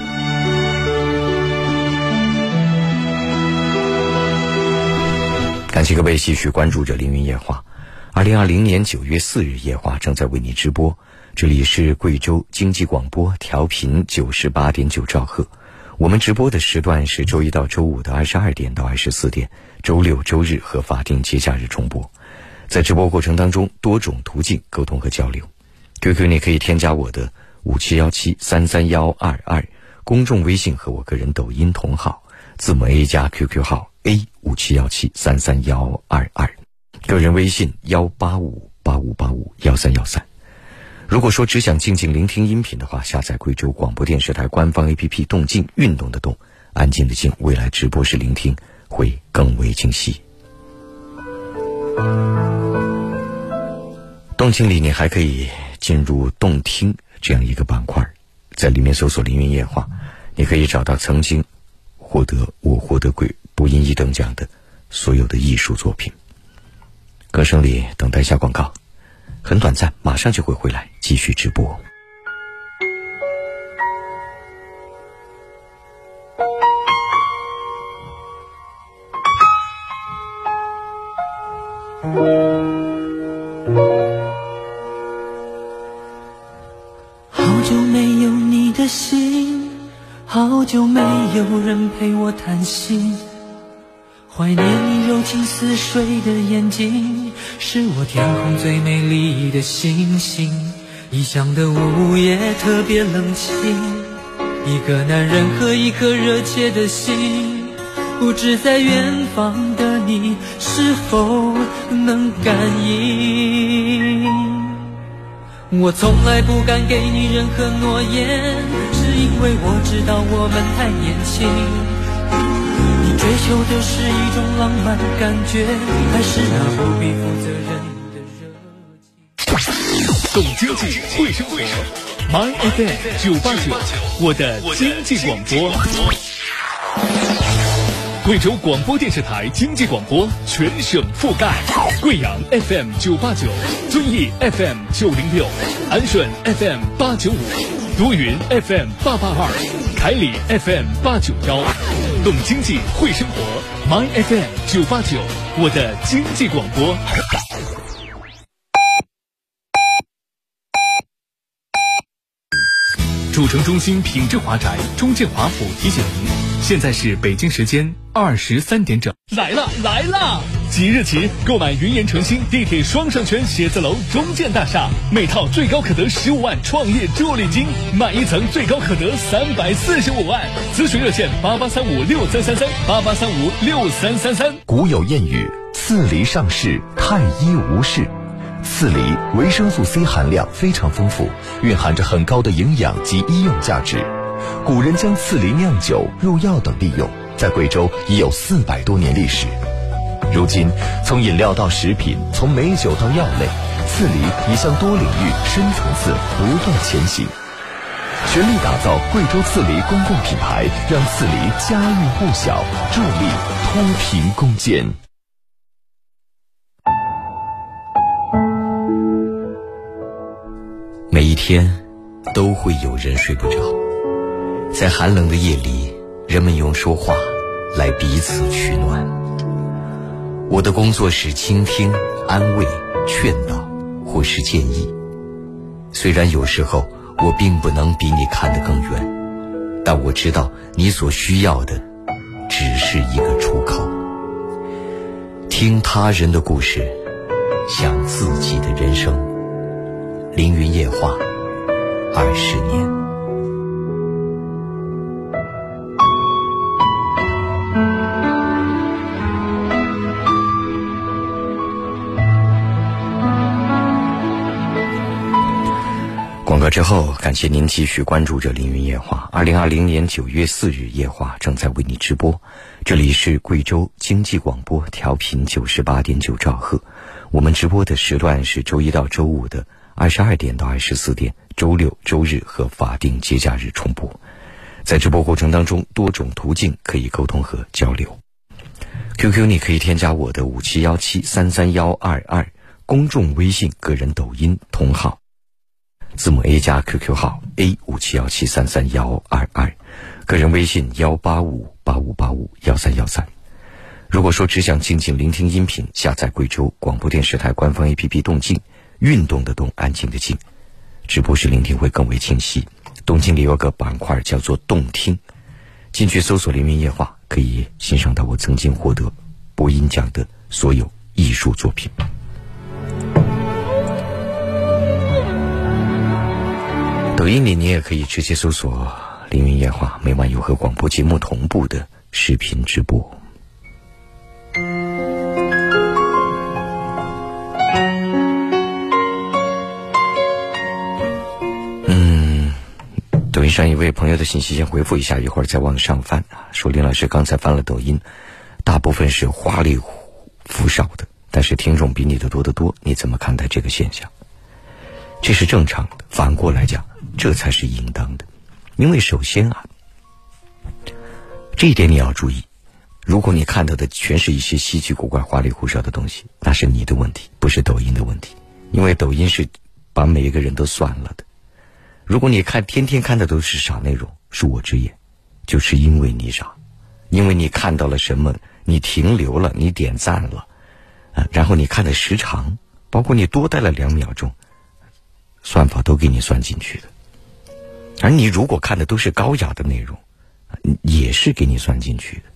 感谢各位继续关注着凌云夜话。2020年9月4日夜话正在为你直播，这里是贵州经济广播，调频98.9兆赫。我们直播的时段是周一到周五的22点到24点，周六周日和法定节假日重播。在直播过程当中，多种途径沟通和交流。QQ 你可以添加我的5717331122，公众微信和我个人抖音同号，字母 A 加 QQ 号 A5717331122，个人微信18585851313。如果说只想静静聆听音频的话，下载贵州广播电视台官方 APP 动静，运动的动，安静的静，未来直播时聆听会更为清晰。 动静里你还可以进入动听这样一个板块，在里面搜索凌云夜话，你可以找到曾经获得贵播音1等奖的所有的艺术作品。歌声里等待一下广告，很短暂，马上就会回来继续直播。 好久没有你的信，好久没有人陪我谈心，怀念你柔情似水的眼睛，是我天空最美丽的星星。异乡的午夜特别冷清，一个男人和一颗热切的心，不知在远方的你是否能感应。我从来不敢给你任何诺言，是因为我知道我们太年轻。你追求的是一种浪漫感觉，还是那不必负责任的热情？ 懂经济，会生活 ，My FM 989，我的经济广播。贵州广播电视台经济广播全省覆盖，贵阳 FM 989，遵义 FM 906，安顺 FM 895，多云 FM 882，凯里 FM 891。懂经济，会生活 ，My FM 989，我的经济广播。主城中心品质华宅中建华府提醒您，现在是北京时间23点整。来了！即日起购买云岩城新地铁双生泉写字楼中建大厦，每套最高可得15万创业助力金，买一层最高可得345万。咨询热线88356333，88356333。 古有谚语：刺梨上市，太医无事。刺梨维生素 C 含量非常丰富，蕴含着很高的营养及医用价值。古人将刺梨酿酒、入药等利用，在贵州已有400多年历史。如今，从饮料到食品，从美酒到药类，刺梨已向多领域、深层次不断前行。全力打造贵州刺梨公共品牌，让刺梨家喻户晓，助力脱贫攻坚。 每一天都会有人睡不着，在寒冷的夜里，人们用说话来彼此取暖。我的工作是倾听、安慰、劝导或是建议。虽然有时候我并不能比你看得更远，但我知道你所需要的只是一个出口。听他人的故事，想自己的人生。凌云夜话20年。广告之后，感谢您继续关注着凌云夜话。2020年9月4日，夜话正在为你直播。这里是贵州经济广播，调频98.9兆赫。我们直播的时段是周一到周五的22点到24点，周六、周日和法定节假日重播。在直播过程当中，多种途径可以沟通和交流。QQ 你可以添加我的5717331122，公众微信、个人抖音同号，字母 A 加 QQ 号 A5717331122，个人微信18585851313。如果说只想静静聆听音频，下载贵州广播电视台官方 APP 动静，运动的动，安静的静，直播时聆听会更为清晰。动静里有个板块叫做动听，进去搜索凌云夜话，可以欣赏到我曾经获得播音奖的所有艺术作品。抖音里你也可以直接搜索凌云夜话，每晚有和广播节目同步的视频直播。抖音上一位朋友的信息先回复一下，一会儿再往上翻。说林老师刚才翻了抖音，大部分是花里胡哨的， 但是听众比你的多得多，你怎么看待这个现象？这是正常的，反过来讲，这才是应当的。因为首先啊，这一点你要注意，如果你看到的全是一些稀奇古怪花里胡哨的东西，那是你的问题，不是抖音的问题。因为抖音是把每一个人都算了的。如果你天天看的都是傻内容，恕我直言，就是因为你傻，因为你看到了什么，你停留了，你点赞了，然后你看的时长，包括你多待了2秒钟，算法都给你算进去的。而你如果看的都是高雅的内容，也是给你算进去的。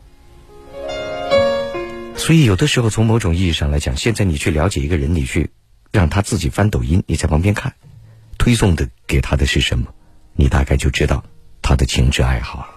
所以有的时候从某种意义上来讲，现在你去了解一个人，你去让他自己翻抖音，你在旁边看，推送的给他的是什么，你大概就知道他的情志爱好了。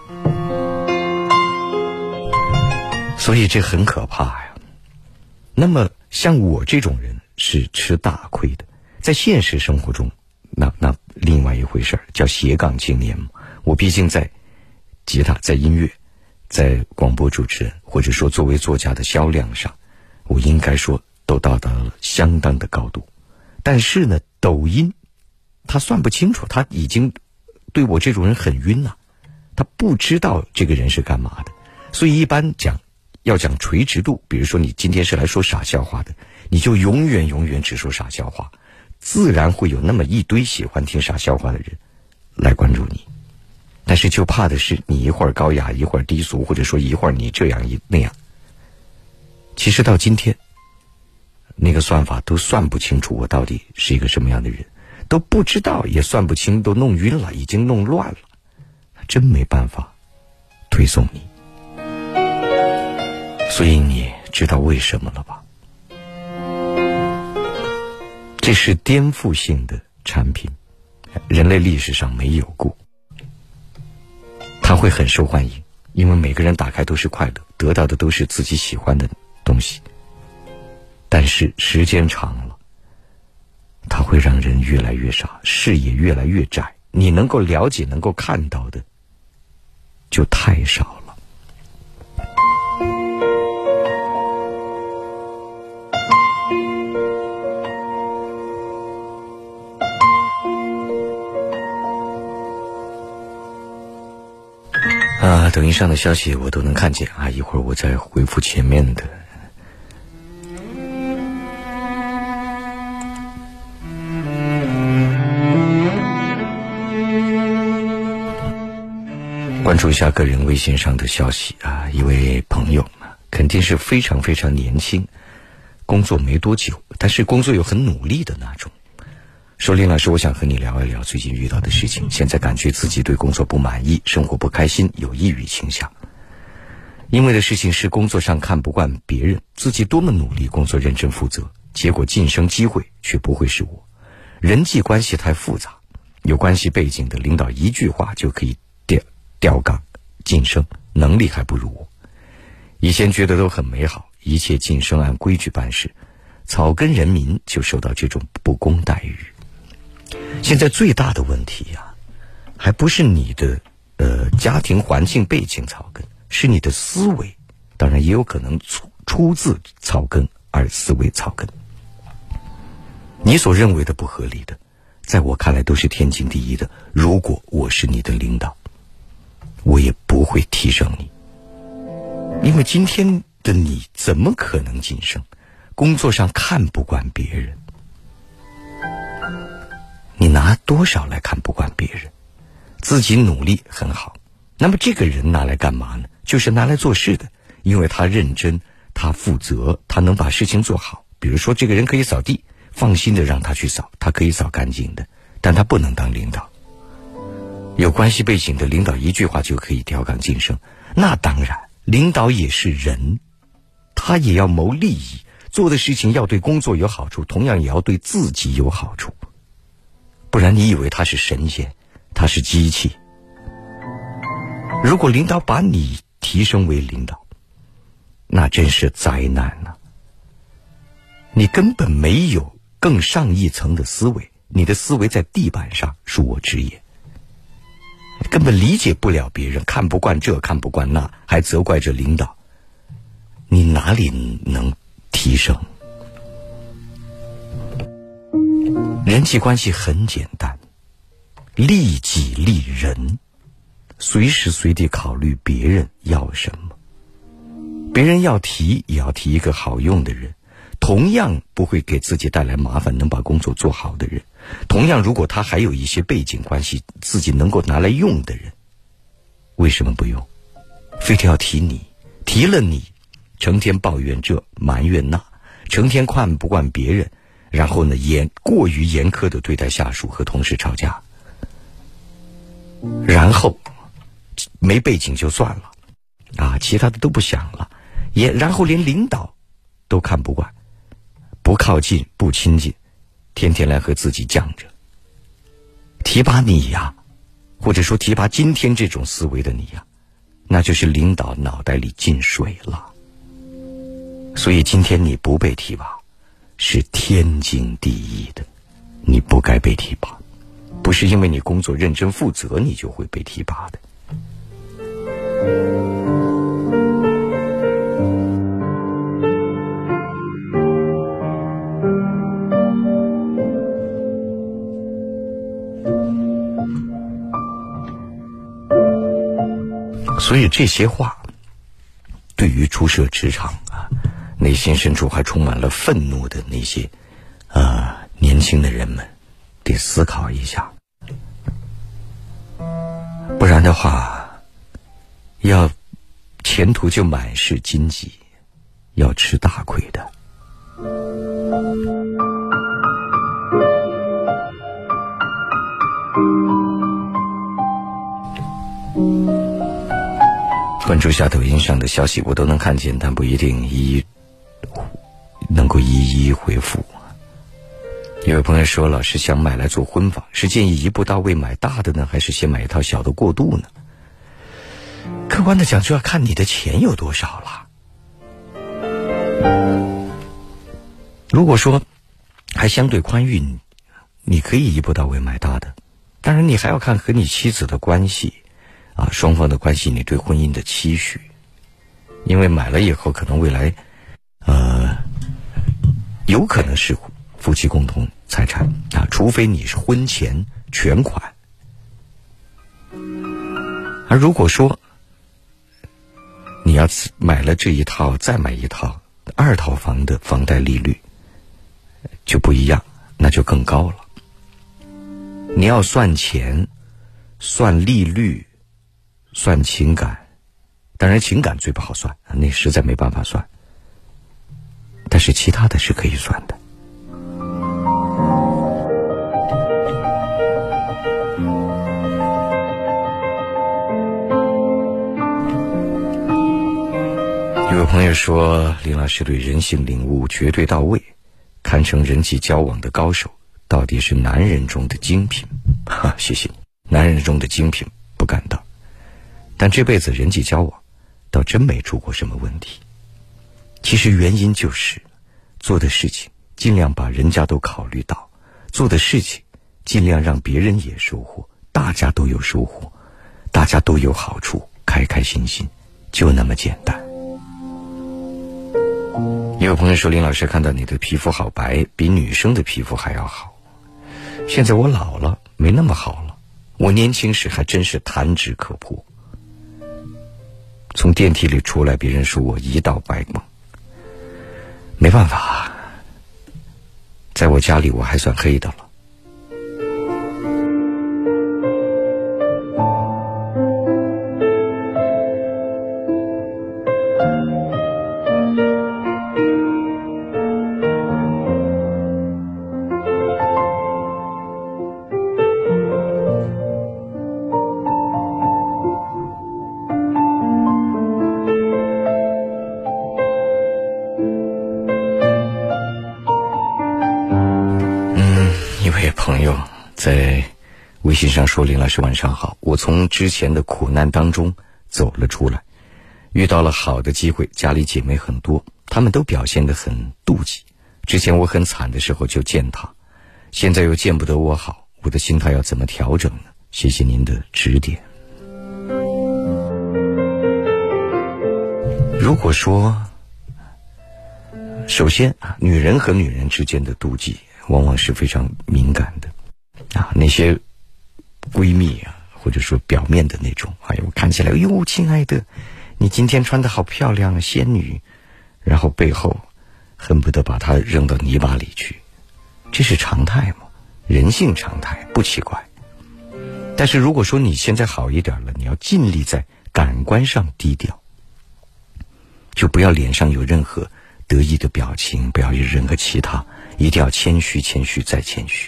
所以这很可怕呀。那么像我这种人是吃大亏的，在现实生活中那另外一回事，叫斜杠青年嘛。我毕竟在吉他、在音乐、在广播主持人，或者说作为作家的销量上，我应该说都到达了相当的高度。但是呢，抖音他算不清楚，他已经对我这种人很晕了，他不知道这个人是干嘛的。所以一般要讲垂直度，比如说你今天是来说傻笑话的，你就永远只说傻笑话，自然会有那么一堆喜欢听傻笑话的人来关注你。但是就怕的是你一会儿高雅，一会儿低俗，或者说一会儿你这样那样。其实到今天，那个算法都算不清楚我到底是一个什么样的人，都不知道，也算不清，都弄晕了，已经弄乱了，真没办法推送你。所以你知道为什么了吧？这是颠覆性的产品，人类历史上没有过。它会很受欢迎，因为每个人打开都是快乐，得到的都是自己喜欢的东西。但是时间长了，它会让人越来越傻，视野越来越窄，你能够了解、能够看到的就太少了。抖音上的消息我都能看见啊，一会儿我再回复前面的。关注一下个人微信上的消息啊，一位朋友肯定是非常非常年轻，工作没多久，但是工作又很努力的那种。说林老师，我想和你聊一聊最近遇到的事情。现在感觉自己对工作不满意，生活不开心，有抑郁倾向。因为的事情是工作上看不惯别人，自己多么努力工作认真负责，结果晋升机会却不会是我。人际关系太复杂，有关系背景的领导一句话就可以调岗晋升，能力还不如我。以前觉得都很美好，一切晋升按规矩办事，草根人民就受到这种不公待遇。现在最大的问题呀，还不是你的家庭环境背景草根，是你的思维，当然也有可能出自草根而思维草根。你所认为的不合理的，在我看来都是天经地义的。如果我是你的领导，我也不会提升你，因为今天的你怎么可能晋升？工作上看不惯别人，你拿多少来看不惯别人？自己努力很好，那么这个人拿来干嘛呢？就是拿来做事的，因为他认真，他负责，他能把事情做好。比如说这个人可以扫地，放心的让他去扫，他可以扫干净的，但他不能当领导。有关系背景的领导一句话就可以调岗晋升，那当然，领导也是人，他也要谋利益，做的事情要对工作有好处，同样也要对自己有好处。不然你以为他是神仙，他是机器。如果领导把你提升为领导，那真是灾难啊。你根本没有更上一层的思维，你的思维在地板上，恕我直言，根本理解不了别人，看不惯这看不惯那，还责怪着领导，你哪里能提升。人际关系很简单，利己利人，随时随地考虑别人要什么。别人要提也要提一个好用的人，同样不会给自己带来麻烦，能把工作做好的人。同样，如果他还有一些背景关系，自己能够拿来用的人，为什么不用？非得要提你？提了你，成天抱怨这埋怨那，成天看不惯别人，然后呢过于严苛的对待下属和同事吵架，然后没背景就算了啊，其他的都不想了，然后连领导都看不惯，不靠近不亲近，天天来和自己犟着。提拔你呀，或者说提拔今天这种思维的你呀，那就是领导脑袋里进水了。所以今天你不被提拔是天经地义的，你不该被提拔，不是因为你工作认真负责你就会被提拔的。所以这些话对于初涉职场啊，内心深处还充满了愤怒的那些年轻的人们得思考一下，不然的话要前途就满是荆棘，要吃大亏的。关注下抖音上的消息我都能看见，但不一定能够一一回复。有位朋友说，老师想买来做婚房，是建议一步到位买大的呢，还是先买一套小的过渡呢？客观的讲，就要看你的钱有多少了。如果说还相对宽裕，你可以一步到位买大的，当然你还要看和你妻子的关系啊，双方的关系，你对婚姻的期许。因为买了以后可能未来有可能是夫妻共同财产啊，除非你是婚前全款。而如果说你要买了这一套再买一套二套房的房贷利率就不一样，那就更高了。你要算钱算利率算情感，当然情感最不好算，那实在没办法算，但是其他的是可以算的。有位朋友说，林老师对人性领悟绝对到位，堪称人际交往的高手，到底是男人中的精品。谢谢你，男人中的精品不敢当，但这辈子人际交往倒真没出过什么问题。其实原因就是做的事情尽量把人家都考虑到，做的事情尽量让别人也收获，大家都有收获，大家都有好处，开开心心，就那么简单。也有朋友说，林老师看到你的皮肤好白，比女生的皮肤还要好。现在我老了，没那么好了，我年轻时还真是弹指可破。从电梯里出来，别人说我一道白光，没办法，在我家里我还算黑的了。朋友在微信上说，林老师晚上好，我从之前的苦难当中走了出来，遇到了好的机会，家里姐妹很多，她们都表现得很妒忌。之前我很惨的时候就见她，现在又见不得我好，我的心态要怎么调整呢？谢谢您的指点。如果说首先啊，女人和女人之间的妒忌往往是非常敏感的啊，那些闺蜜啊，或者说表面的那种，哎呦，看起来，哟，亲爱的，你今天穿得好漂亮啊，仙女，然后背后恨不得把她扔到泥巴里去，这是常态嘛，人性常态，不奇怪。但是如果说你现在好一点了，你要尽力在感官上低调，就不要脸上有任何得意的表情，不要有任何其他，一定要谦虚，谦虚再谦虚。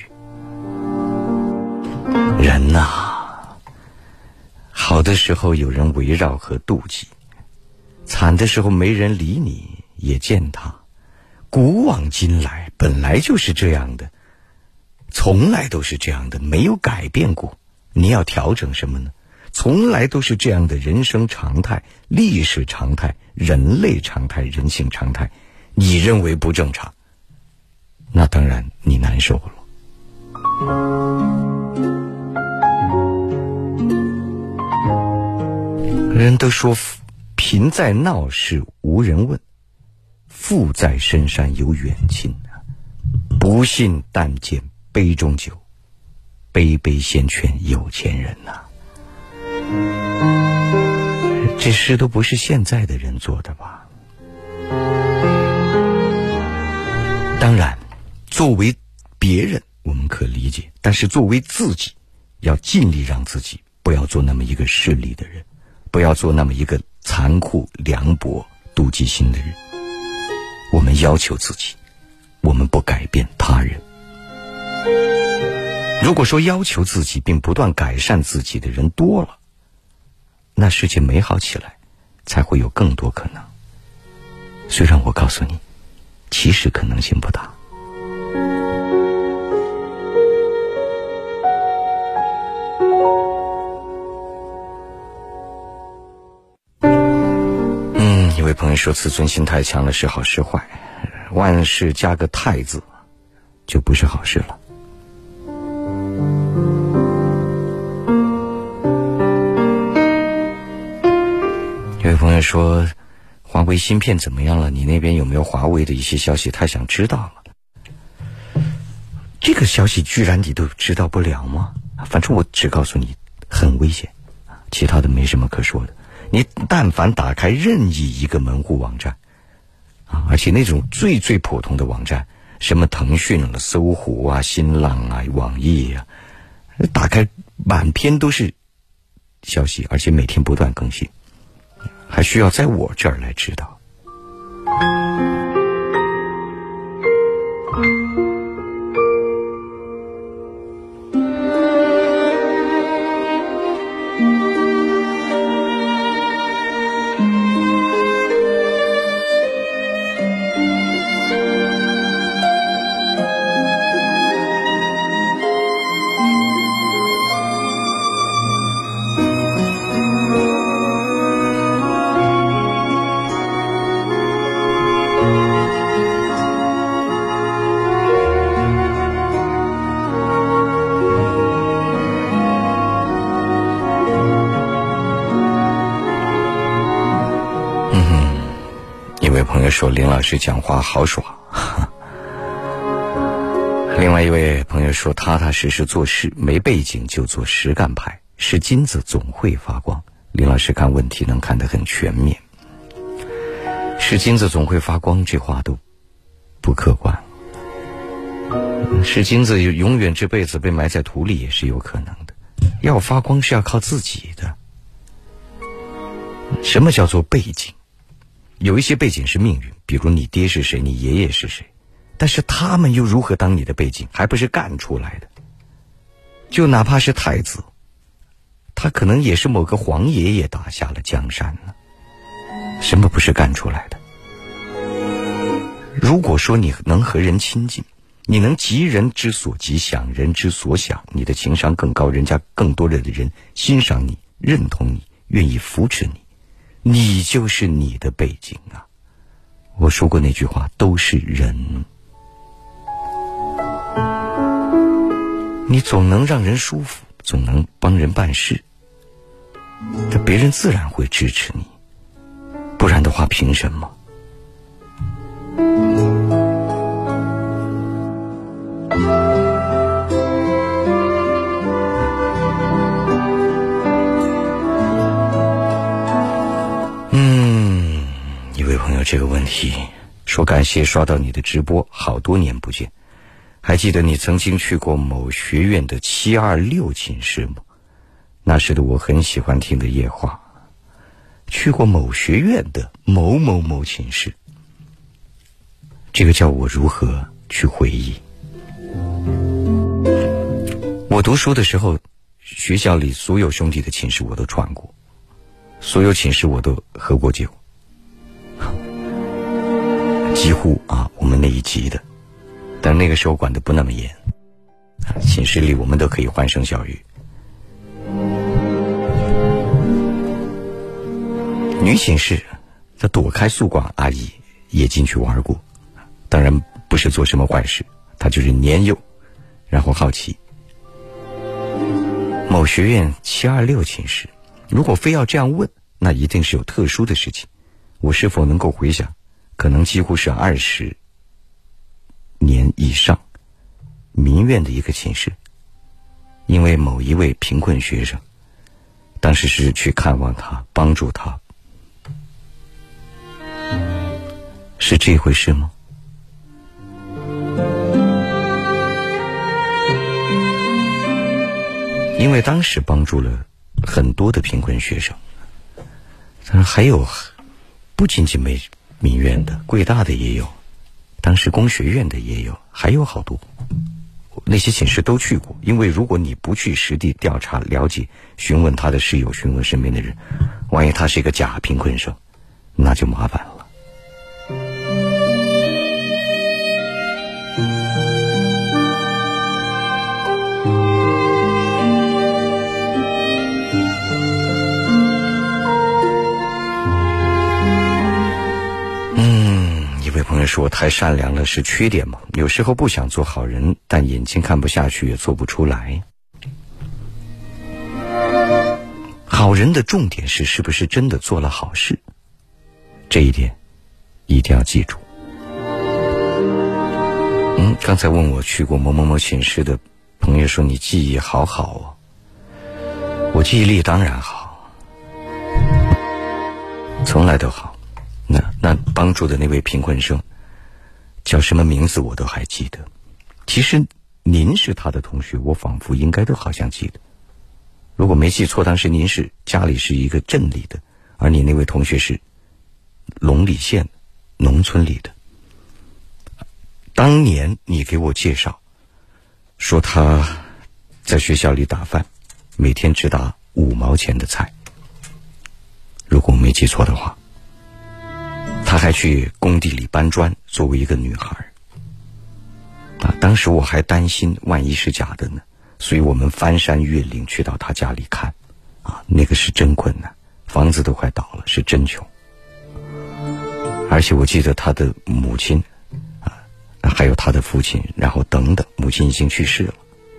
人呐，好的时候有人围绕和妒忌，惨的时候没人理你也践踏。古往今来本来就是这样的，从来都是这样的，没有改变过。你要调整什么呢？从来都是这样的人生常态、历史常态、人类常态、人性常态，你认为不正常，那当然你难受了。人都说贫在闹市无人问，富在深山有远亲啊。不信但见杯中酒，杯杯先劝有钱人呐。这事都不是现在的人做的吧？当然，作为别人我们可理解，但是作为自己，要尽力让自己不要做那么一个势利的人，不要做那么一个残酷、凉薄、妒忌心的人。我们要求自己，我们不改变他人。如果说要求自己并不断改善自己的人多了，那世界美好起来才会有更多可能。虽然我告诉你，其实可能性不大。一位朋友说自尊心太强了，是好是坏？万事加个太字就不是好事了。有位朋友说华为芯片怎么样了？你那边有没有华为的一些消息？他想知道了。这个消息居然你都知道不了吗？反正我只告诉你很危险，其他的没什么可说的。你但凡打开任意一个门户网站而且那种最普通的网站，什么腾讯了、搜狐啊、新浪啊、网易啊，打开满篇都是消息，而且每天不断更新，还需要在我这儿来知道。说林老师讲话好爽。另外一位朋友说踏踏实实做事，没背景就做实干派，是金子总会发光。林老师看问题能看得很全面，是金子总会发光这话都不客观，是金子永远这辈子被埋在土里也是有可能的。要发光是要靠自己的。什么叫做背景？有一些背景是命运，比如你爹是谁，你爷爷是谁，但是他们又如何当你的背景？还不是干出来的。就哪怕是太子，他可能也是某个皇爷爷打下了江山呢。什么不是干出来的？如果说你能和人亲近，你能急人之所急，想人之所想，你的情商更高，人家更多的人欣赏你，认同你，愿意扶持你，你就是你的背景啊。我说过那句话，都是人，你总能让人舒服，总能帮人办事，这别人自然会支持你，不然的话凭什么？ 这个问题，说感谢刷到你的直播，好多年不见，还记得你曾经去过某学院的726寝室吗？那时的我很喜欢听的夜话，去过某学院的某某某寝室，这个叫我如何去回忆。我读书的时候，学校里所有兄弟的寝室我都串过，所有寝室我都喝过酒，几乎我们那一级的，但那个时候管得不那么严，寝室里我们都可以欢声笑语。女寝室，她躲开宿管阿姨也进去玩过，当然不是做什么坏事，她就是年幼，然后好奇。某学院726寝室，如果非要这样问，那一定是有特殊的事情。我是否能够回想，可能几乎是20年以上，民院的一个寝室，因为某一位贫困学生，当时是去看望他，帮助他，是这回事吗？因为当时帮助了很多的贫困学生，当然还有不仅仅民院的，贵大的也有，当时工学院的也有，还有好多。那些寝室都去过，因为如果你不去实地调查了解，询问他的室友，询问身边的人，万一他是一个假贫困生，那就麻烦了。一位朋友说，太善良了是缺点吗？有时候不想做好人，但眼睛看不下去也做不出来。好人的重点是不是真的做了好事，这一点一定要记住。刚才问我去过某某某寝室的朋友说，你记忆好好哦。我记忆力当然好，从来都好。那帮助的那位贫困生叫什么名字我都还记得。其实您是他的同学，我仿佛应该都好像记得。如果没记错，当时您是家里是一个镇里的，而你那位同学是龙里县农村里的。当年你给我介绍说他在学校里打饭，每天只打5毛钱的菜，如果我没记错的话。他还去工地里搬砖，作为一个女孩当时我还担心万一是假的呢，所以我们翻山越岭去到他家里看那个是真困难，房子都快倒了，是真穷。而且我记得他的母亲还有他的父亲，然后等等，母亲已经去世了。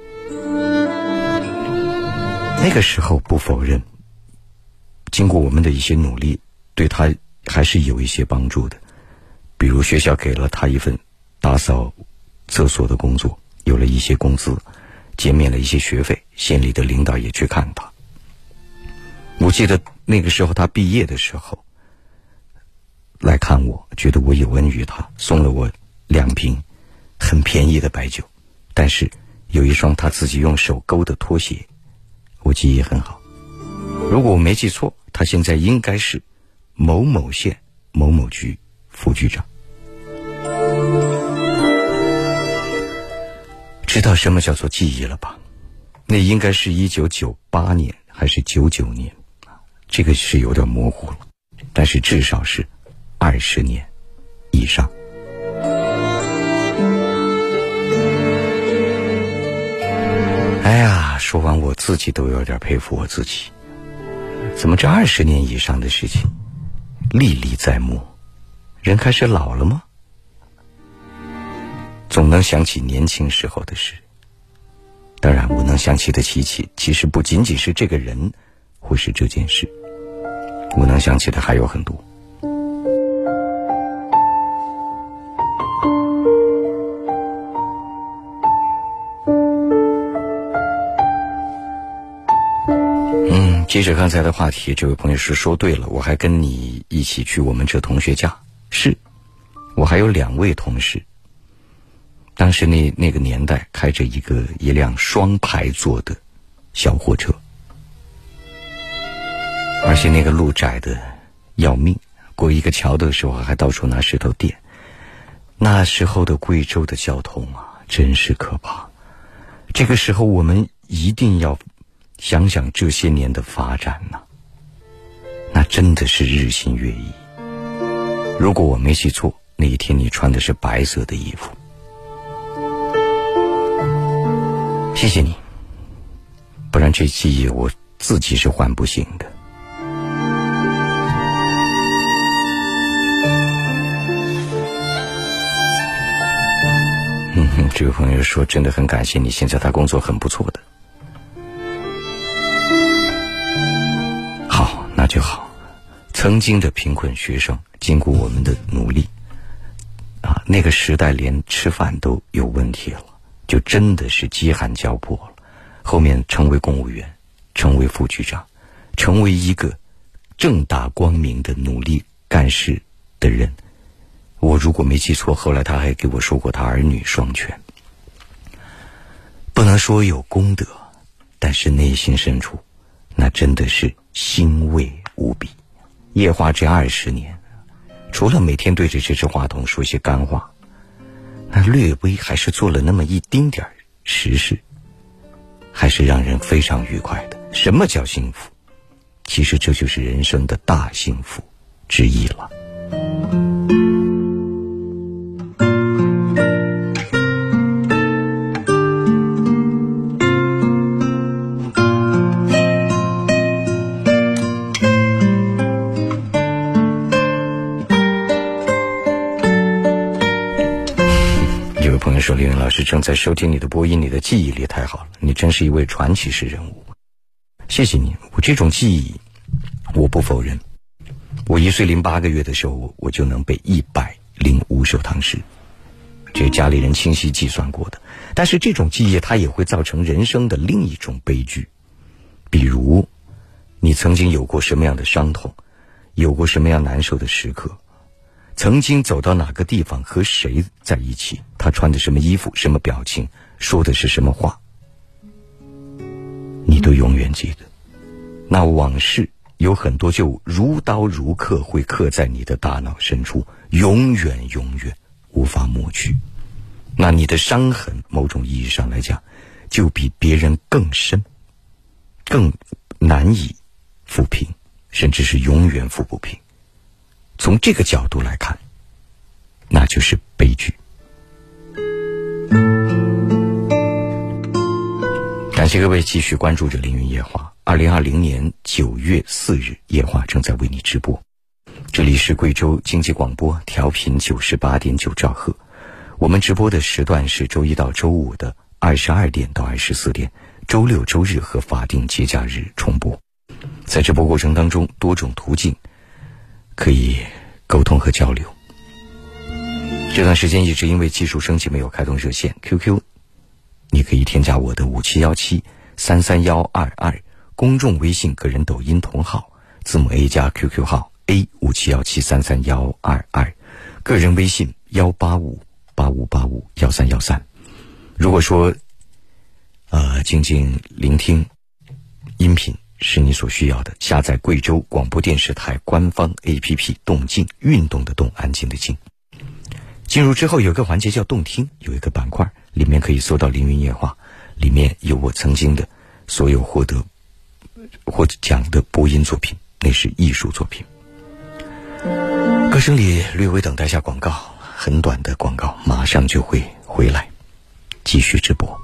那个时候不否认，经过我们的一些努力，对他还是有一些帮助的。比如学校给了他一份打扫厕所的工作，有了一些工资，减免了一些学费，县里的领导也去看他。我记得那个时候他毕业的时候来看我，觉得我有恩于他，送了我2瓶很便宜的白酒，但是有一双他自己用手勾的拖鞋，我记忆很好。如果我没记错，他现在应该是某某县某某局副局长。知道什么叫做记忆了吧？那应该是1998年还是99年，这个是有点模糊了，但是至少是20年以上。哎呀，说完我自己都有点佩服我自己，怎么这20年以上的事情历历在目？人开始老了吗？总能想起年轻时候的事。当然我能想起的其实不仅仅是这个人或是这件事，我能想起的还有很多。接着刚才的话题，这位朋友是说对了，我还跟你一起去我们这同学家是，我还有2位同事，当时那个年代开着一辆双排座的小货车，而且那个路窄的要命，过一个桥的时候还到处拿石头垫。那时候的贵州的交通啊，真是可怕。这个时候我们一定要想想这些年的发展呐，那真的是日新月异。如果我没记错，那一天你穿的是白色的衣服。谢谢你，不然这记忆我自己是唤不醒的。这位朋友说真的很感谢你，现在他工作很不错的。好，那就好。曾经的贫困学生经过我们的努力啊，那个时代连吃饭都有问题了，就真的是饥寒交迫了。后面成为公务员，成为副局长，成为一个正大光明的努力干事的人。我如果没记错，后来他还给我说过他儿女双全。不能说有功德，但是内心深处那真的是欣慰无比。夜话这20年，除了每天对着这支话筒说些干话，那略微还是做了那么一丁点实事，还是让人非常愉快的。什么叫幸福？其实这就是人生的大幸福之一了。说李云老师正在收听你的播音，你的记忆力太好了，你真是一位传奇式人物。谢谢你，我这种记忆我不否认。我1岁零8个月的时候，我就能背105首唐诗，这是家里人清晰计算过的。但是这种记忆它也会造成人生的另一种悲剧，比如你曾经有过什么样的伤痛，有过什么样难受的时刻，曾经走到哪个地方和谁在一起，他穿的什么衣服，什么表情，说的是什么话，你都永远记得。那往事有很多就如刀如刻，会刻在你的大脑深处，永远无法抹去。那你的伤痕某种意义上来讲，就比别人更深，更难以抚平，甚至是永远抚不平。从这个角度来看，那就是悲剧。感谢各位继续关注着凌云夜话。2020年9月4日，夜话正在为你直播。这里是贵州经济广播，调频98.9兆赫。我们直播的时段是周一到周五的22点到24点，周六周日和法定节假日重播。在直播过程当中，多种途径可以沟通和交流。这段时间一直因为技术升级没有开通热线 QQ， 你可以添加我的5717-33122，公众微信个人抖音同号字母 A 加 QQ 号 A5717-33122，个人微信18585851313。如果说静静聆听音频是你所需要的，下载贵州广播电视台官方 APP 动静，运动的动，安静的静。进入之后有个环节叫动听，有一个板块，里面可以搜到凌云夜话，里面有我曾经的所有获奖的播音作品，那是艺术作品。歌声里略微等待下广告，很短的广告，马上就会回来继续直播。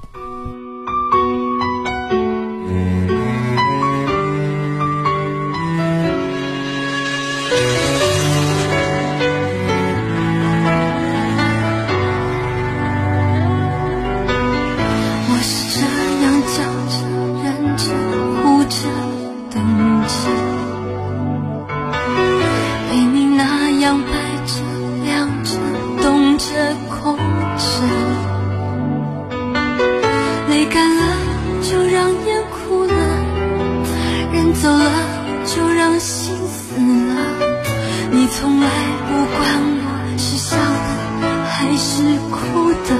走了就让心死了，你从来不管我。 负的，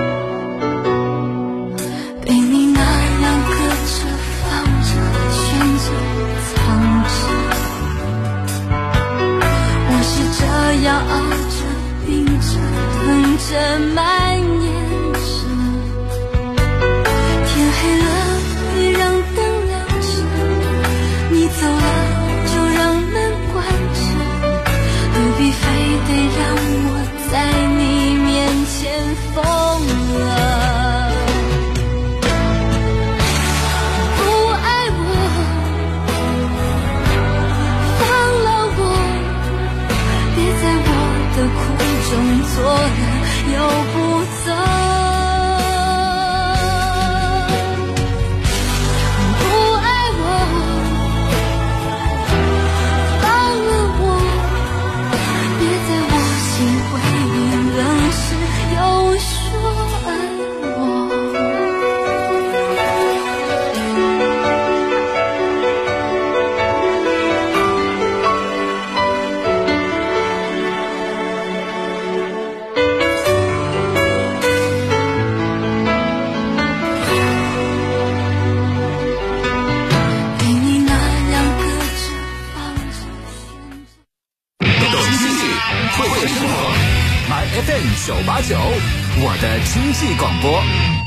被你那样搁着放着选着藏着，我是这样熬着冰着疼着蔓延着，天黑了别让灯亮着，你走了就让门关着，不必非得让我在你面前疯了。不爱我，放了我，别在我的苦中作乐又不走。 989，我的经济广播。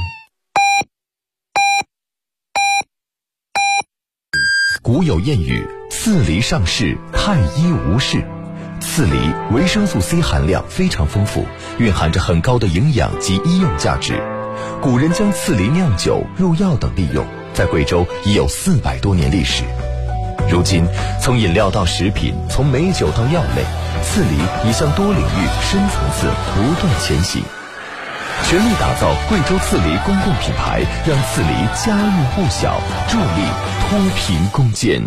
古有谚语，刺梨上市，太医无事。刺梨维生素 C 含量非常丰富，蕴含着很高的营养及医用价值。古人将刺梨酿酒、入药等利用，在贵州已有400多年历史。如今，从饮料到食品，从美酒到药类，刺梨已向多领域、深层次不断前行。全力打造贵州刺梨公共品牌，让刺梨家喻户晓，助力脱贫攻坚。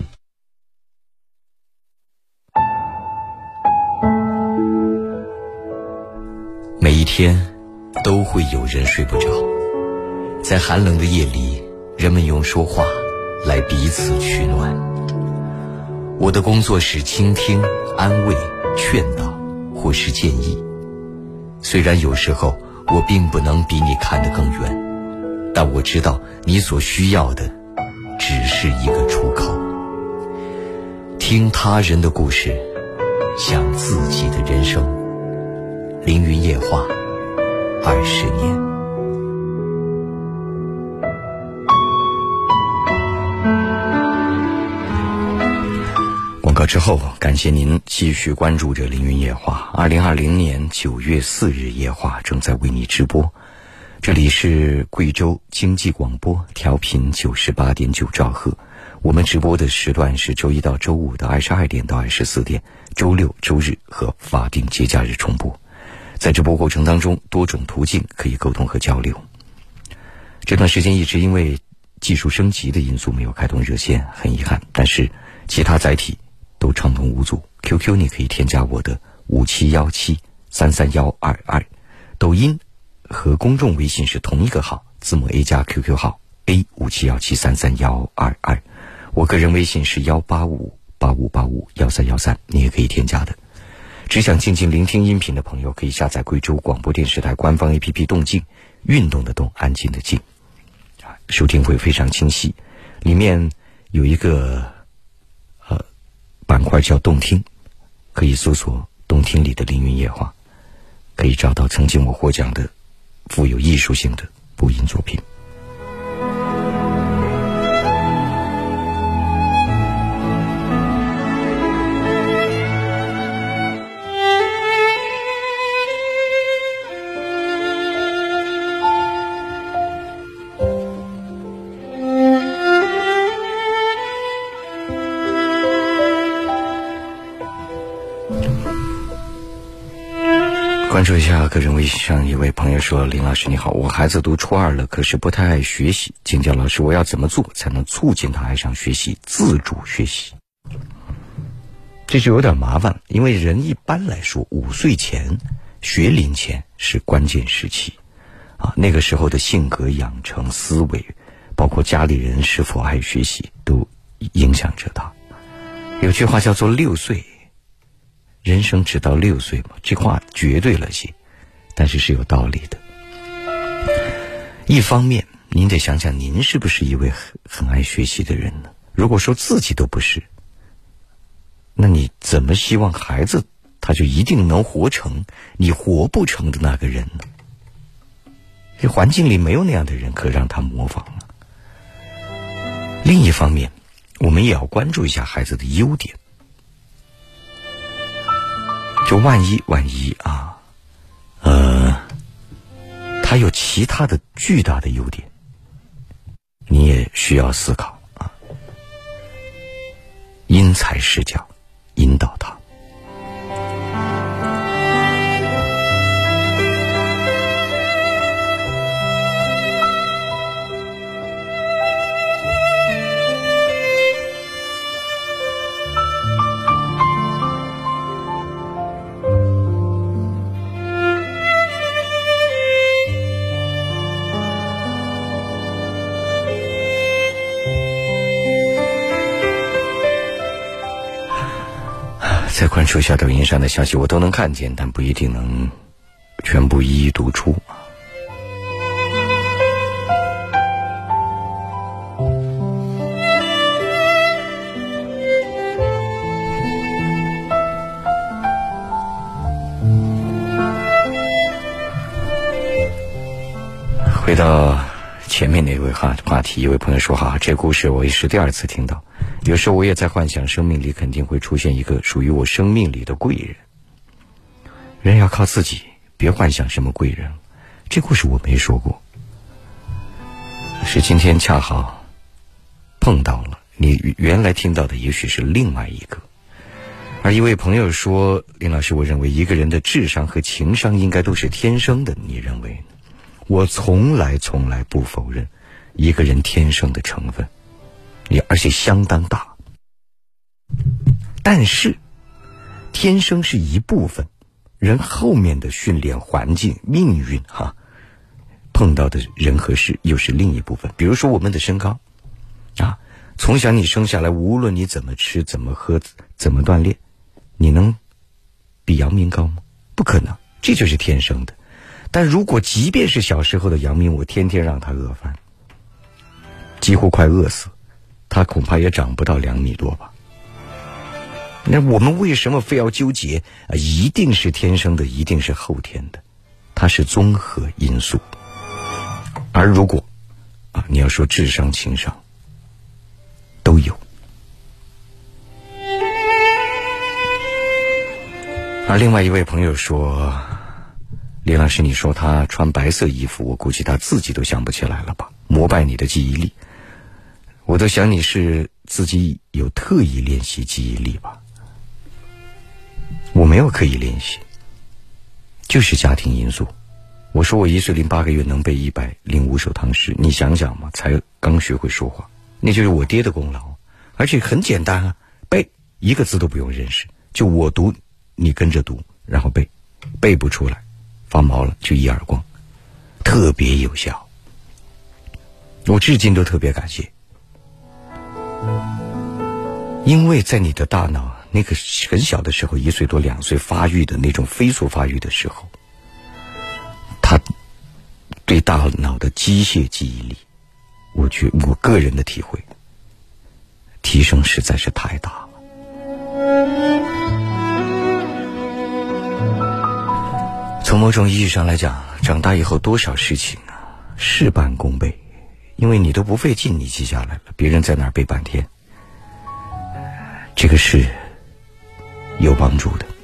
每一天都会有人睡不着，在寒冷的夜里，人们用说话来彼此取暖。我的工作是倾听、安慰、劝导或是建议。虽然有时候我并不能比你看得更远，但我知道你所需要的只是一个出口。听他人的故事，想自己的人生。凌云夜话20年。广告之后，感谢您继续关注着凌云夜话。2020年9月4日夜话正在为你直播，这里是贵州经济广播，调频98.9兆赫。我们直播的时段是周一到周五的22点到24点，周六周日和法定节假日重播。在直播过程当中，多种途径可以沟通和交流。这段时间一直因为技术升级的因素没有开通热线，很遗憾，但是其他载体都畅通无阻。 QQ 你可以添加我的5717331122，抖音和公众微信是同一个号，字母 A 加 QQ 号 A5717331122，我个人微信是18585851313，你也可以添加的。只想静静聆听音频的朋友，可以下载贵州广播电视台官方 APP 动静，运动的动，安静的静，收听会非常清晰。里面有一个板块叫动听，可以搜索动听里的凌云夜话，可以找到曾经我获奖的富有艺术性的播音作品。关注一下个人微信上一位朋友说，林老师你好，我孩子读初2了，可是不太爱学习，请教老师我要怎么做才能促进他爱上学习，自主学习？这就有点麻烦，因为人一般来说5岁前学龄前是关键时期那个时候的性格养成、思维，包括家里人是否爱学习，都影响着他。有句话叫做6岁人生只到6岁嘛，这话绝对了些，但是是有道理的。 一方面您得想想您是不是一位很爱学习的人呢？如果说自己都不是，那你怎么希望孩子他就一定能活成你活不成的那个人呢？这环境里没有那样的人可让他模仿啊。另一方面，我们也要关注一下孩子的优点。就万一啊，他有其他的巨大的优点，你也需要思考啊，因材施教，引导他。再关注一下抖音上的消息，我都能看见，但不一定能全部一一读出。回到前面那位话题，一位朋友说哈，这故事我也是第二次听到。有时候我也在幻想，生命里肯定会出现一个属于我生命里的贵人。人要靠自己，别幻想什么贵人。这故事我没说过，是今天恰好碰到了。你原来听到的也许是另外一个。而一位朋友说，林老师，我认为一个人的智商和情商应该都是天生的，你认为呢？我从来不否认一个人天生的成分，而且相当大。但是天生是一部分，人后面的训练环境命运碰到的人和事又是另一部分。比如说我们的身高啊，从小你生下来，无论你怎么吃怎么喝怎么锻炼，你能比杨明高吗？不可能，这就是天生的。但如果即便是小时候的杨明，我天天让他饿饭，几乎快饿死，他恐怕也长不到2米多吧。那我们为什么非要纠结一定是天生的，一定是后天的？它是综合因素。而如果你要说智商情商都有。而另外一位朋友说，李老师，你说他穿白色衣服，我估计他自己都想不起来了吧？膜拜你的记忆力，我都想你是自己有特意练习记忆力吧？我没有刻意练习，就是家庭因素。我说我1岁0 8个月能背105首唐诗，你想想嘛，才刚学会说话，那就是我爹的功劳，而且很简单啊，背一个字都不用认识，就我读，你跟着读，然后背，背不出来发毛了就一耳光，特别有效。我至今都特别感谢，因为在你的大脑那个很小的时候，1岁多2岁发育的那种飞速发育的时候，他对大脑的机械记忆力，我个人的体会提升实在是太大了。从某种意义上来讲，长大以后多少事情事半功倍，因为你都不费劲，你记下来了，别人在那儿背半天，这个是有帮助的。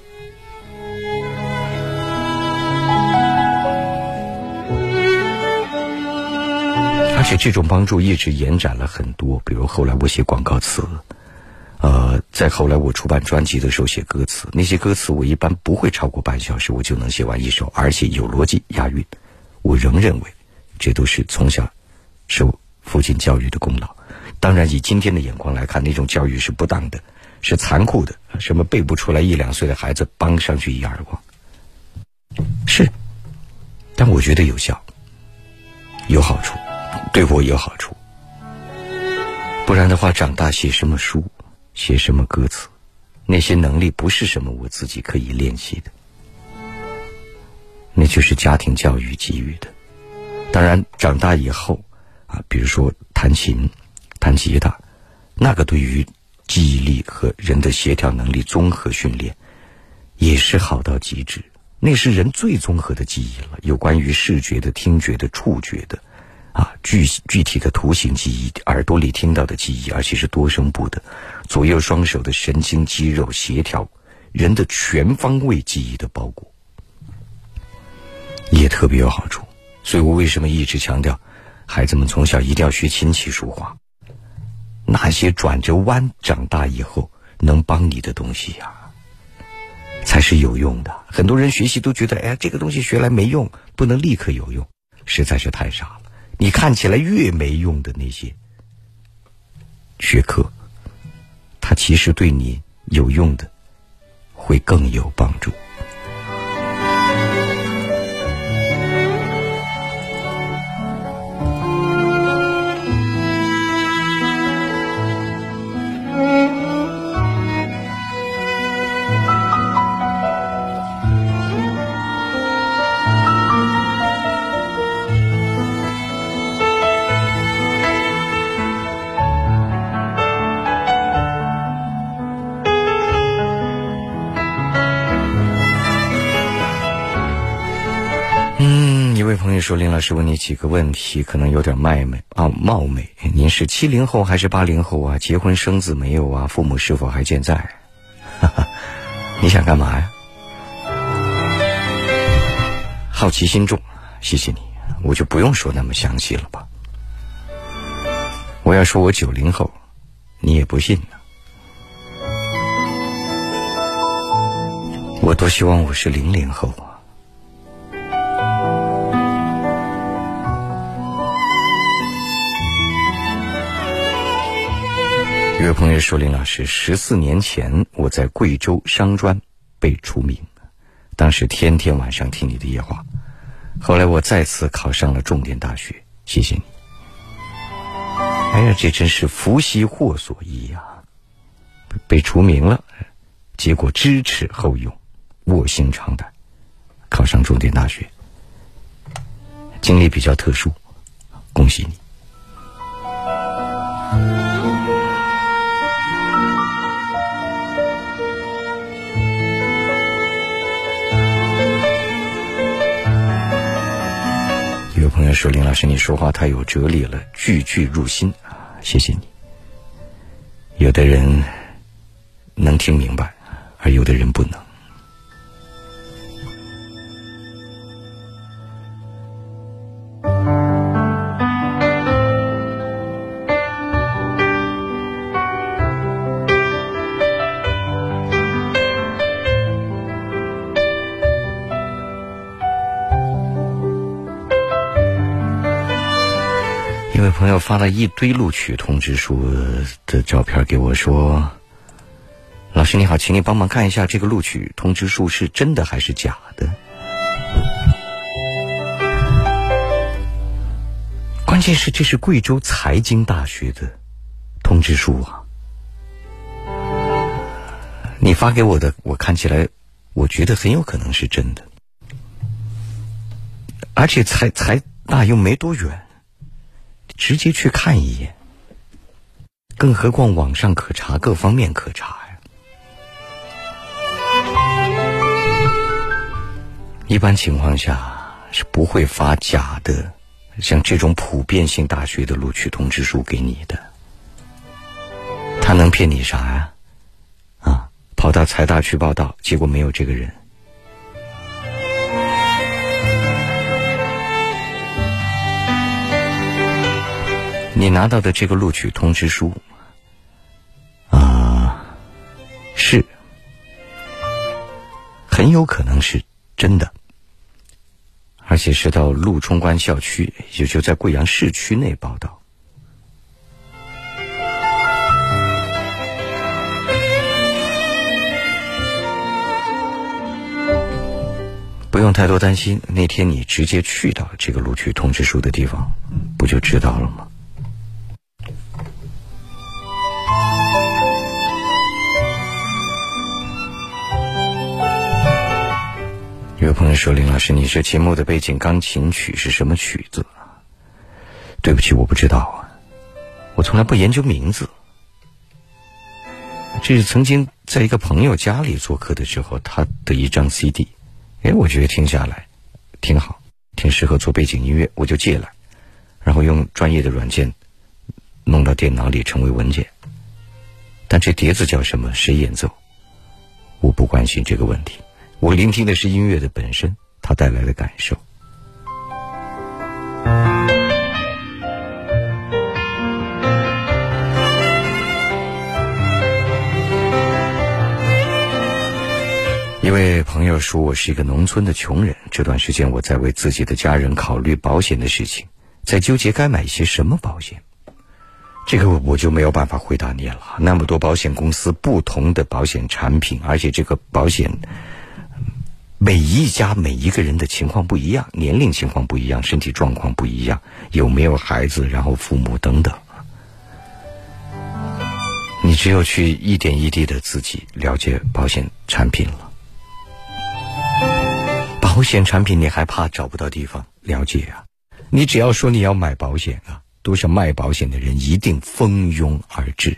而且这种帮助一直延展了很多，比如后来我写广告词，再后来我出版专辑的时候写歌词，那些歌词我一般不会超过半小时，我就能写完一首，而且有逻辑押韵。我仍认为这都是从小受父亲教育的功劳。当然以今天的眼光来看，那种教育是不当的，是残酷的，什么背不出来1、2岁的孩子帮上去一耳光，是，但我觉得有效，有好处，对我有好处。不然的话，长大写什么书，写什么歌词，那些能力不是什么我自己可以练习的，那就是家庭教育给予的。 当然长大以后啊，比如说弹琴、弹吉他，那个对于记忆力和人的协调能力综合训练也是好到极致，那是人最综合的记忆了，有关于视觉的、听觉的、触觉的啊，具体的图形记忆，耳朵里听到的记忆，而且是多声部的，左右双手的神经肌肉协调，人的全方位记忆的包裹也特别有好处。所以我为什么一直强调孩子们从小一定要学琴棋书画，那些转着弯长大以后能帮你的东西呀，才是有用的。很多人学习都觉得，哎呀，这个东西学来没用，不能立刻有用，实在是太傻了。你看起来越没用的那些学科，它其实对你有用的会更有帮助。一位朋友说，林老师问你几个问题，可能有点冒昧。您是70后还是80后啊？结婚生子没有啊？父母是否还健在？你想干嘛呀？好奇心重，谢谢你，我就不用说那么详细了吧。我要说我90后，你也不信呢。我多希望我是00后啊。有位朋友说，林老师，14年前我在贵州商专被除名，当时天天晚上听你的夜话，后来我再次考上了重点大学，谢谢你。哎呀，这真是福兮祸所依呀，被除名了，结果知耻后勇，卧薪尝胆，考上重点大学，经历比较特殊，恭喜你。有朋友说，林老师你说话太有哲理了，句句入心啊，谢谢你。有的人能听明白，而有的人不能。一位朋友发了一堆录取通知书的照片给我，说，老师你好，请你帮忙看一下这个录取通知书是真的还是假的。关键是这是贵州财经大学的通知书啊，你发给我的，我看起来我觉得很有可能是真的，而且才大又没多远，直接去看一眼，更何况网上可查，各方面可查呀。一般情况下是不会发假的，像这种普遍性大学的录取通知书给你的。他能骗你啥呀？啊，跑到财大去报道，结果没有这个人。你拿到的这个录取通知书是很有可能是真的，而且是到陆冲关校区，也就在贵阳市区内报道。不用太多担心，那天你直接去到这个录取通知书的地方，不就知道了吗？有朋友说，林老师，你这节目的背景钢琴曲是什么曲子？ 对不起，我不知道啊，我从来不研究名字。这是曾经在一个朋友家里做客的时候，他的一张 CD， 我觉得听下来挺好，挺适合做背景音乐，我就借来，然后用专业的软件弄到电脑里成为文件。但这碟子叫什么，谁演奏，我不关心这个问题，我聆听的是音乐的本身，它带来的感受。一位朋友说，我是一个农村的穷人，这段时间我在为自己的家人考虑保险的事情，在纠结该买些什么保险。这个我就没有办法回答你了，那么多保险公司，不同的保险产品，而且这个保险每一家每一个人的情况不一样，年龄情况不一样，身体状况不一样，有没有孩子，然后父母等等，你只有去一点一滴的自己了解保险产品了。保险产品你还怕找不到地方了解啊？你只要说你要买保险啊，多少卖保险的人一定蜂拥而至。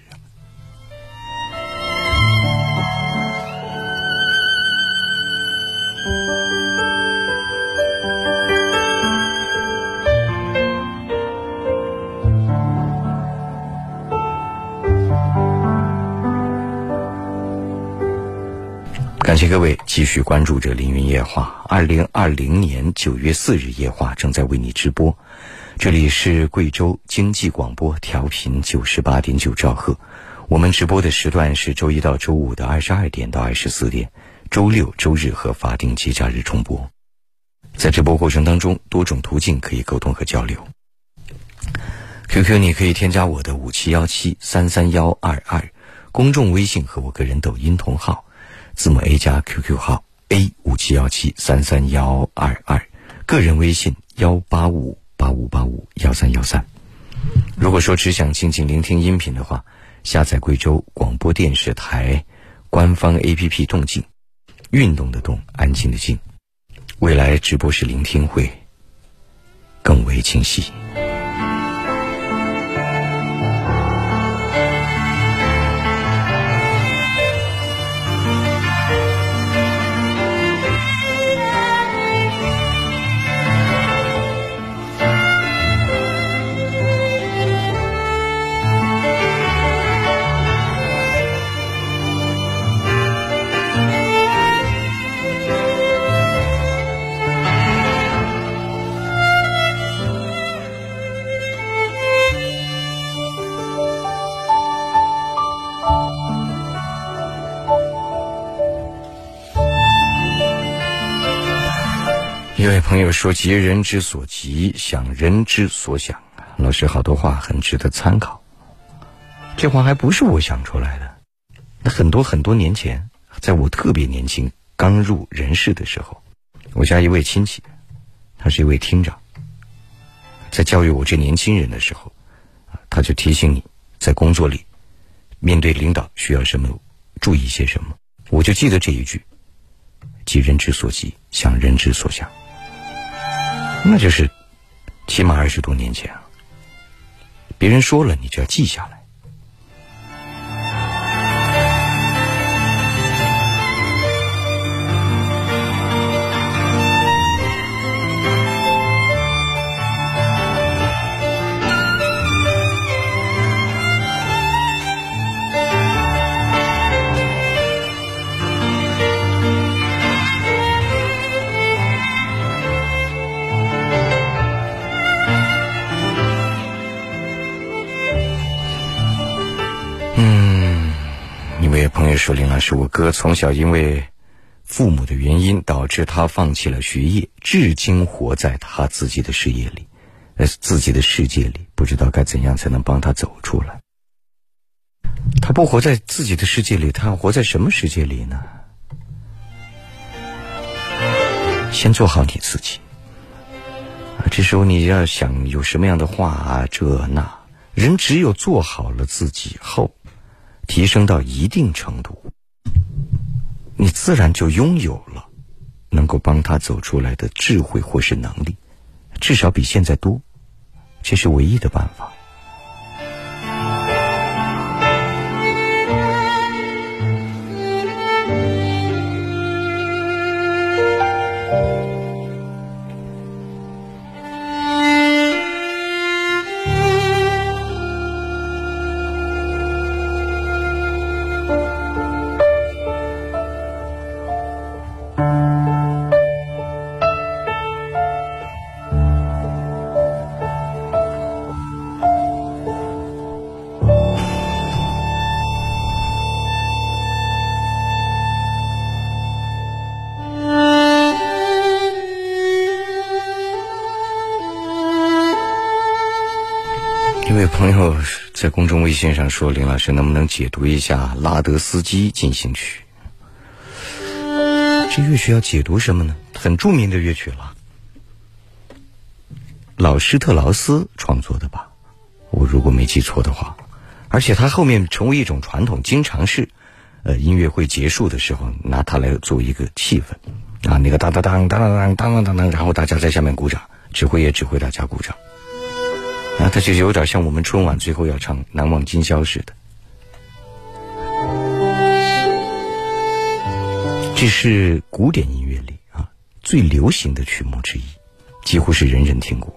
感谢各位继续关注着凌云夜话。2020年9月4日夜话正在为你直播，这里是贵州经济广播，调频98.9兆赫。我们直播的时段是周一到周五的22点到24点，周六周日和法定节假日重播。在直播过程当中，多种途径可以沟通和交流。QQ 你可以添加我的5717331122，公众微信和我个人抖音同号，字母 A 加 QQ 号 A5717331122，个人微信18585851313。如果说只想静静聆听音频的话，下载贵州广播电视台官方 APP 动静，运动的动，安静的静，未来直播时聆听会更为清晰。一位朋友说，急人之所急，想人之所想。老师好多话很值得参考，这话还不是我想出来的，那很多年前，在我特别年轻刚入人世的时候，我家一位亲戚，他是一位厅长，在教育我这年轻人的时候，他就提醒你在工作里面对领导需要什么，注意些什么。我就记得这一句，急人之所急，想人之所想。那就是起码20多年前啊，别人说了你就要记下来。朋友说，林老师，我哥从小因为父母的原因导致他放弃了学业，至今活在他自己的事业里，自己的世界里，不知道该怎样才能帮他走出来。他不活在自己的世界里，他要活在什么世界里呢？先做好你自己。这时候你要想有什么样的话啊，这那，人只有做好了自己后，提升到一定程度，你自然就拥有了能够帮他走出来的智慧或是能力，至少比现在多， 这是唯一的办法。一位朋友在公众微信上说，林老师能不能解读一下拉德斯基进行曲？这乐曲要解读什么呢？很著名的乐曲了，老施特劳斯创作的吧，我如果没记错的话。而且它后面成为一种传统，经常是音乐会结束的时候拿它来做一个气氛啊，那个当当当当当当当当，然后大家在下面鼓掌，指挥也指挥大家鼓掌啊，它就有点像我们春晚最后要唱《难忘今宵》似的。这是古典音乐里啊最流行的曲目之一，几乎是人人听过。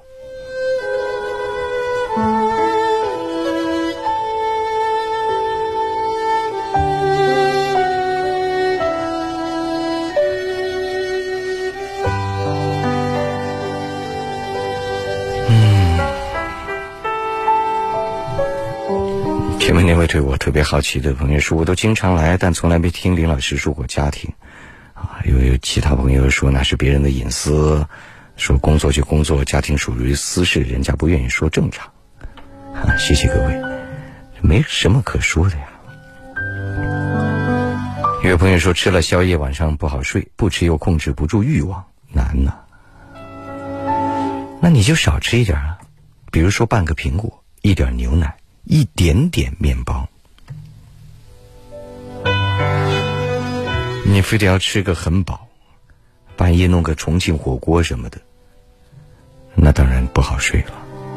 前面那位对我特别好奇的朋友说，我都经常来，但从来没听林老师说过家庭啊。有其他朋友说那是别人的隐私，说工作就工作，家庭属于私事，人家不愿意说正常啊。谢谢各位，没什么可说的呀。有位朋友说吃了宵夜晚上不好睡，不吃又控制不住欲望，难呐。那你就少吃一点啊，比如说半个苹果，一点牛奶，一点点面包。你非得要吃个很饱，半夜弄个重庆火锅什么的，那当然不好睡了。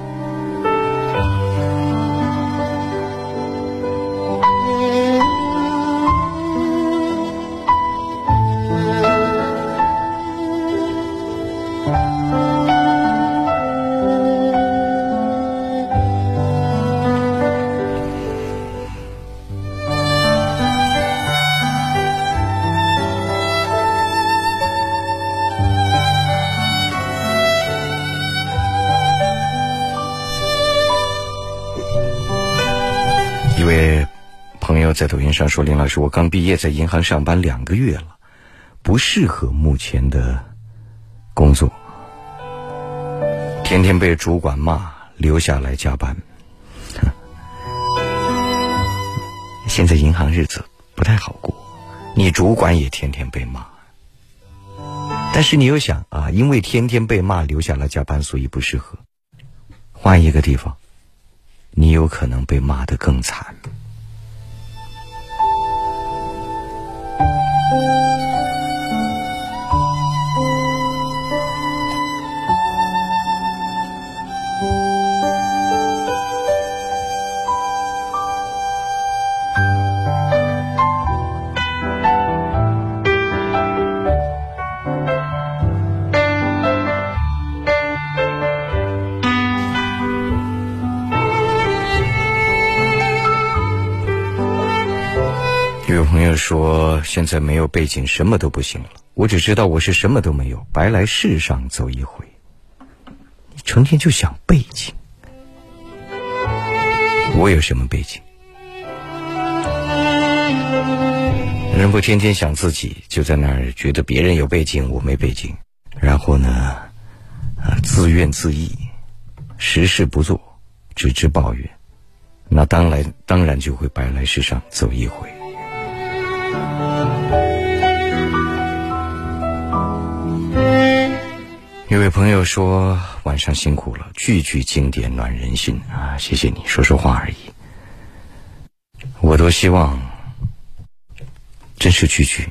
一位朋友在抖音上说，林老师，我刚毕业，在银行上班2个月了，不适合目前的工作，天天被主管骂，留下来加班。现在银行日子不太好过，你主管也天天被骂，但是你又想啊，因为天天被骂留下来加班，所以不适合。换一个地方，你有可能被骂得更惨。有朋友说，现在没有背景什么都不行了，我只知道我是什么都没有，白来世上走一回。你成天就想背景，我有什么背景？人不天天想自己，就在那儿觉得别人有背景我没背景，然后呢自怨自艾，实事不做，只知抱怨，那当然就会白来世上走一回。有位朋友说，晚上辛苦了，句句经典暖人心啊！谢谢你，说说话而已，我多希望真是句句。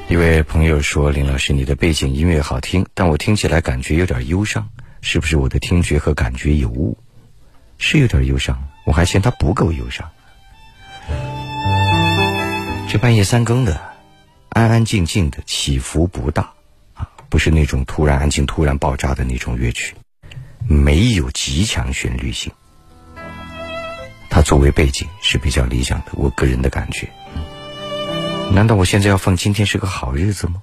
一位朋友说，林老师，你的背景音乐好听，但我听起来感觉有点忧伤，是不是我的听觉和感觉有误？是有点忧伤，我还嫌它不够忧伤。这半夜3更的，安安静静的，起伏不大啊，不是那种突然安静突然爆炸的那种乐曲，没有极强旋律性，它作为背景是比较理想的，我个人的感觉。难道我现在要放今天是个好日子吗？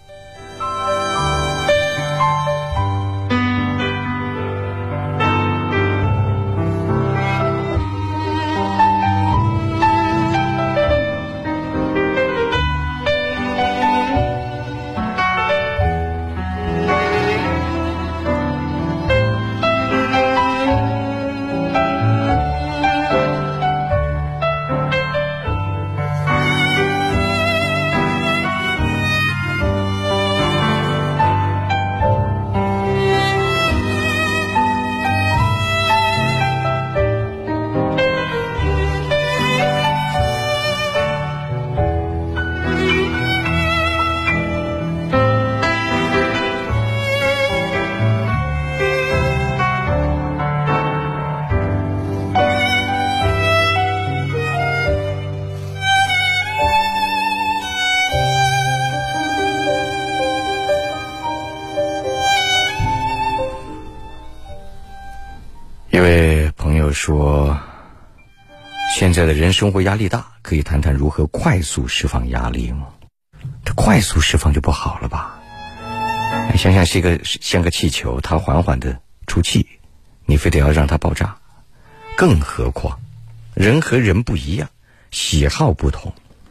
一位朋友说，现在的人生活压力大，可以谈谈如何快速释放压力吗？这快速释放就不好了吧？想想像个气球，它缓缓的出气，你非得要让它爆炸。更何况人和人不一样，喜好不同，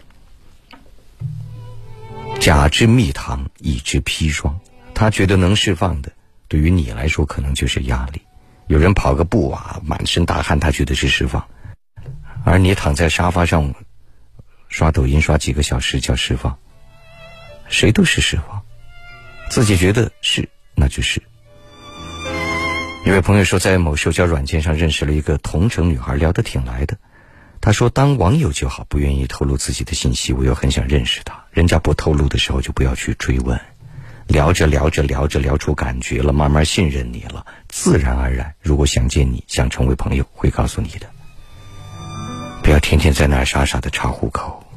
甲之蜜糖，乙之砒霜，他觉得能释放的，对于你来说可能就是压力。有人跑个步啊，满身大汗，他觉得是释放，而你躺在沙发上刷抖音刷几个小时叫释放。谁都是释放，自己觉得是那就是。一位朋友说，在某社交软件上认识了一个同城女孩，聊得挺来的。他说当网友就好，不愿意透露自己的信息，我又很想认识她，人家不透露的时候就不要去追问，聊着聊出感觉了，慢慢信任你了，自然而然如果想见你，想成为朋友，会告诉你的。不要天天在那儿傻傻的查户口，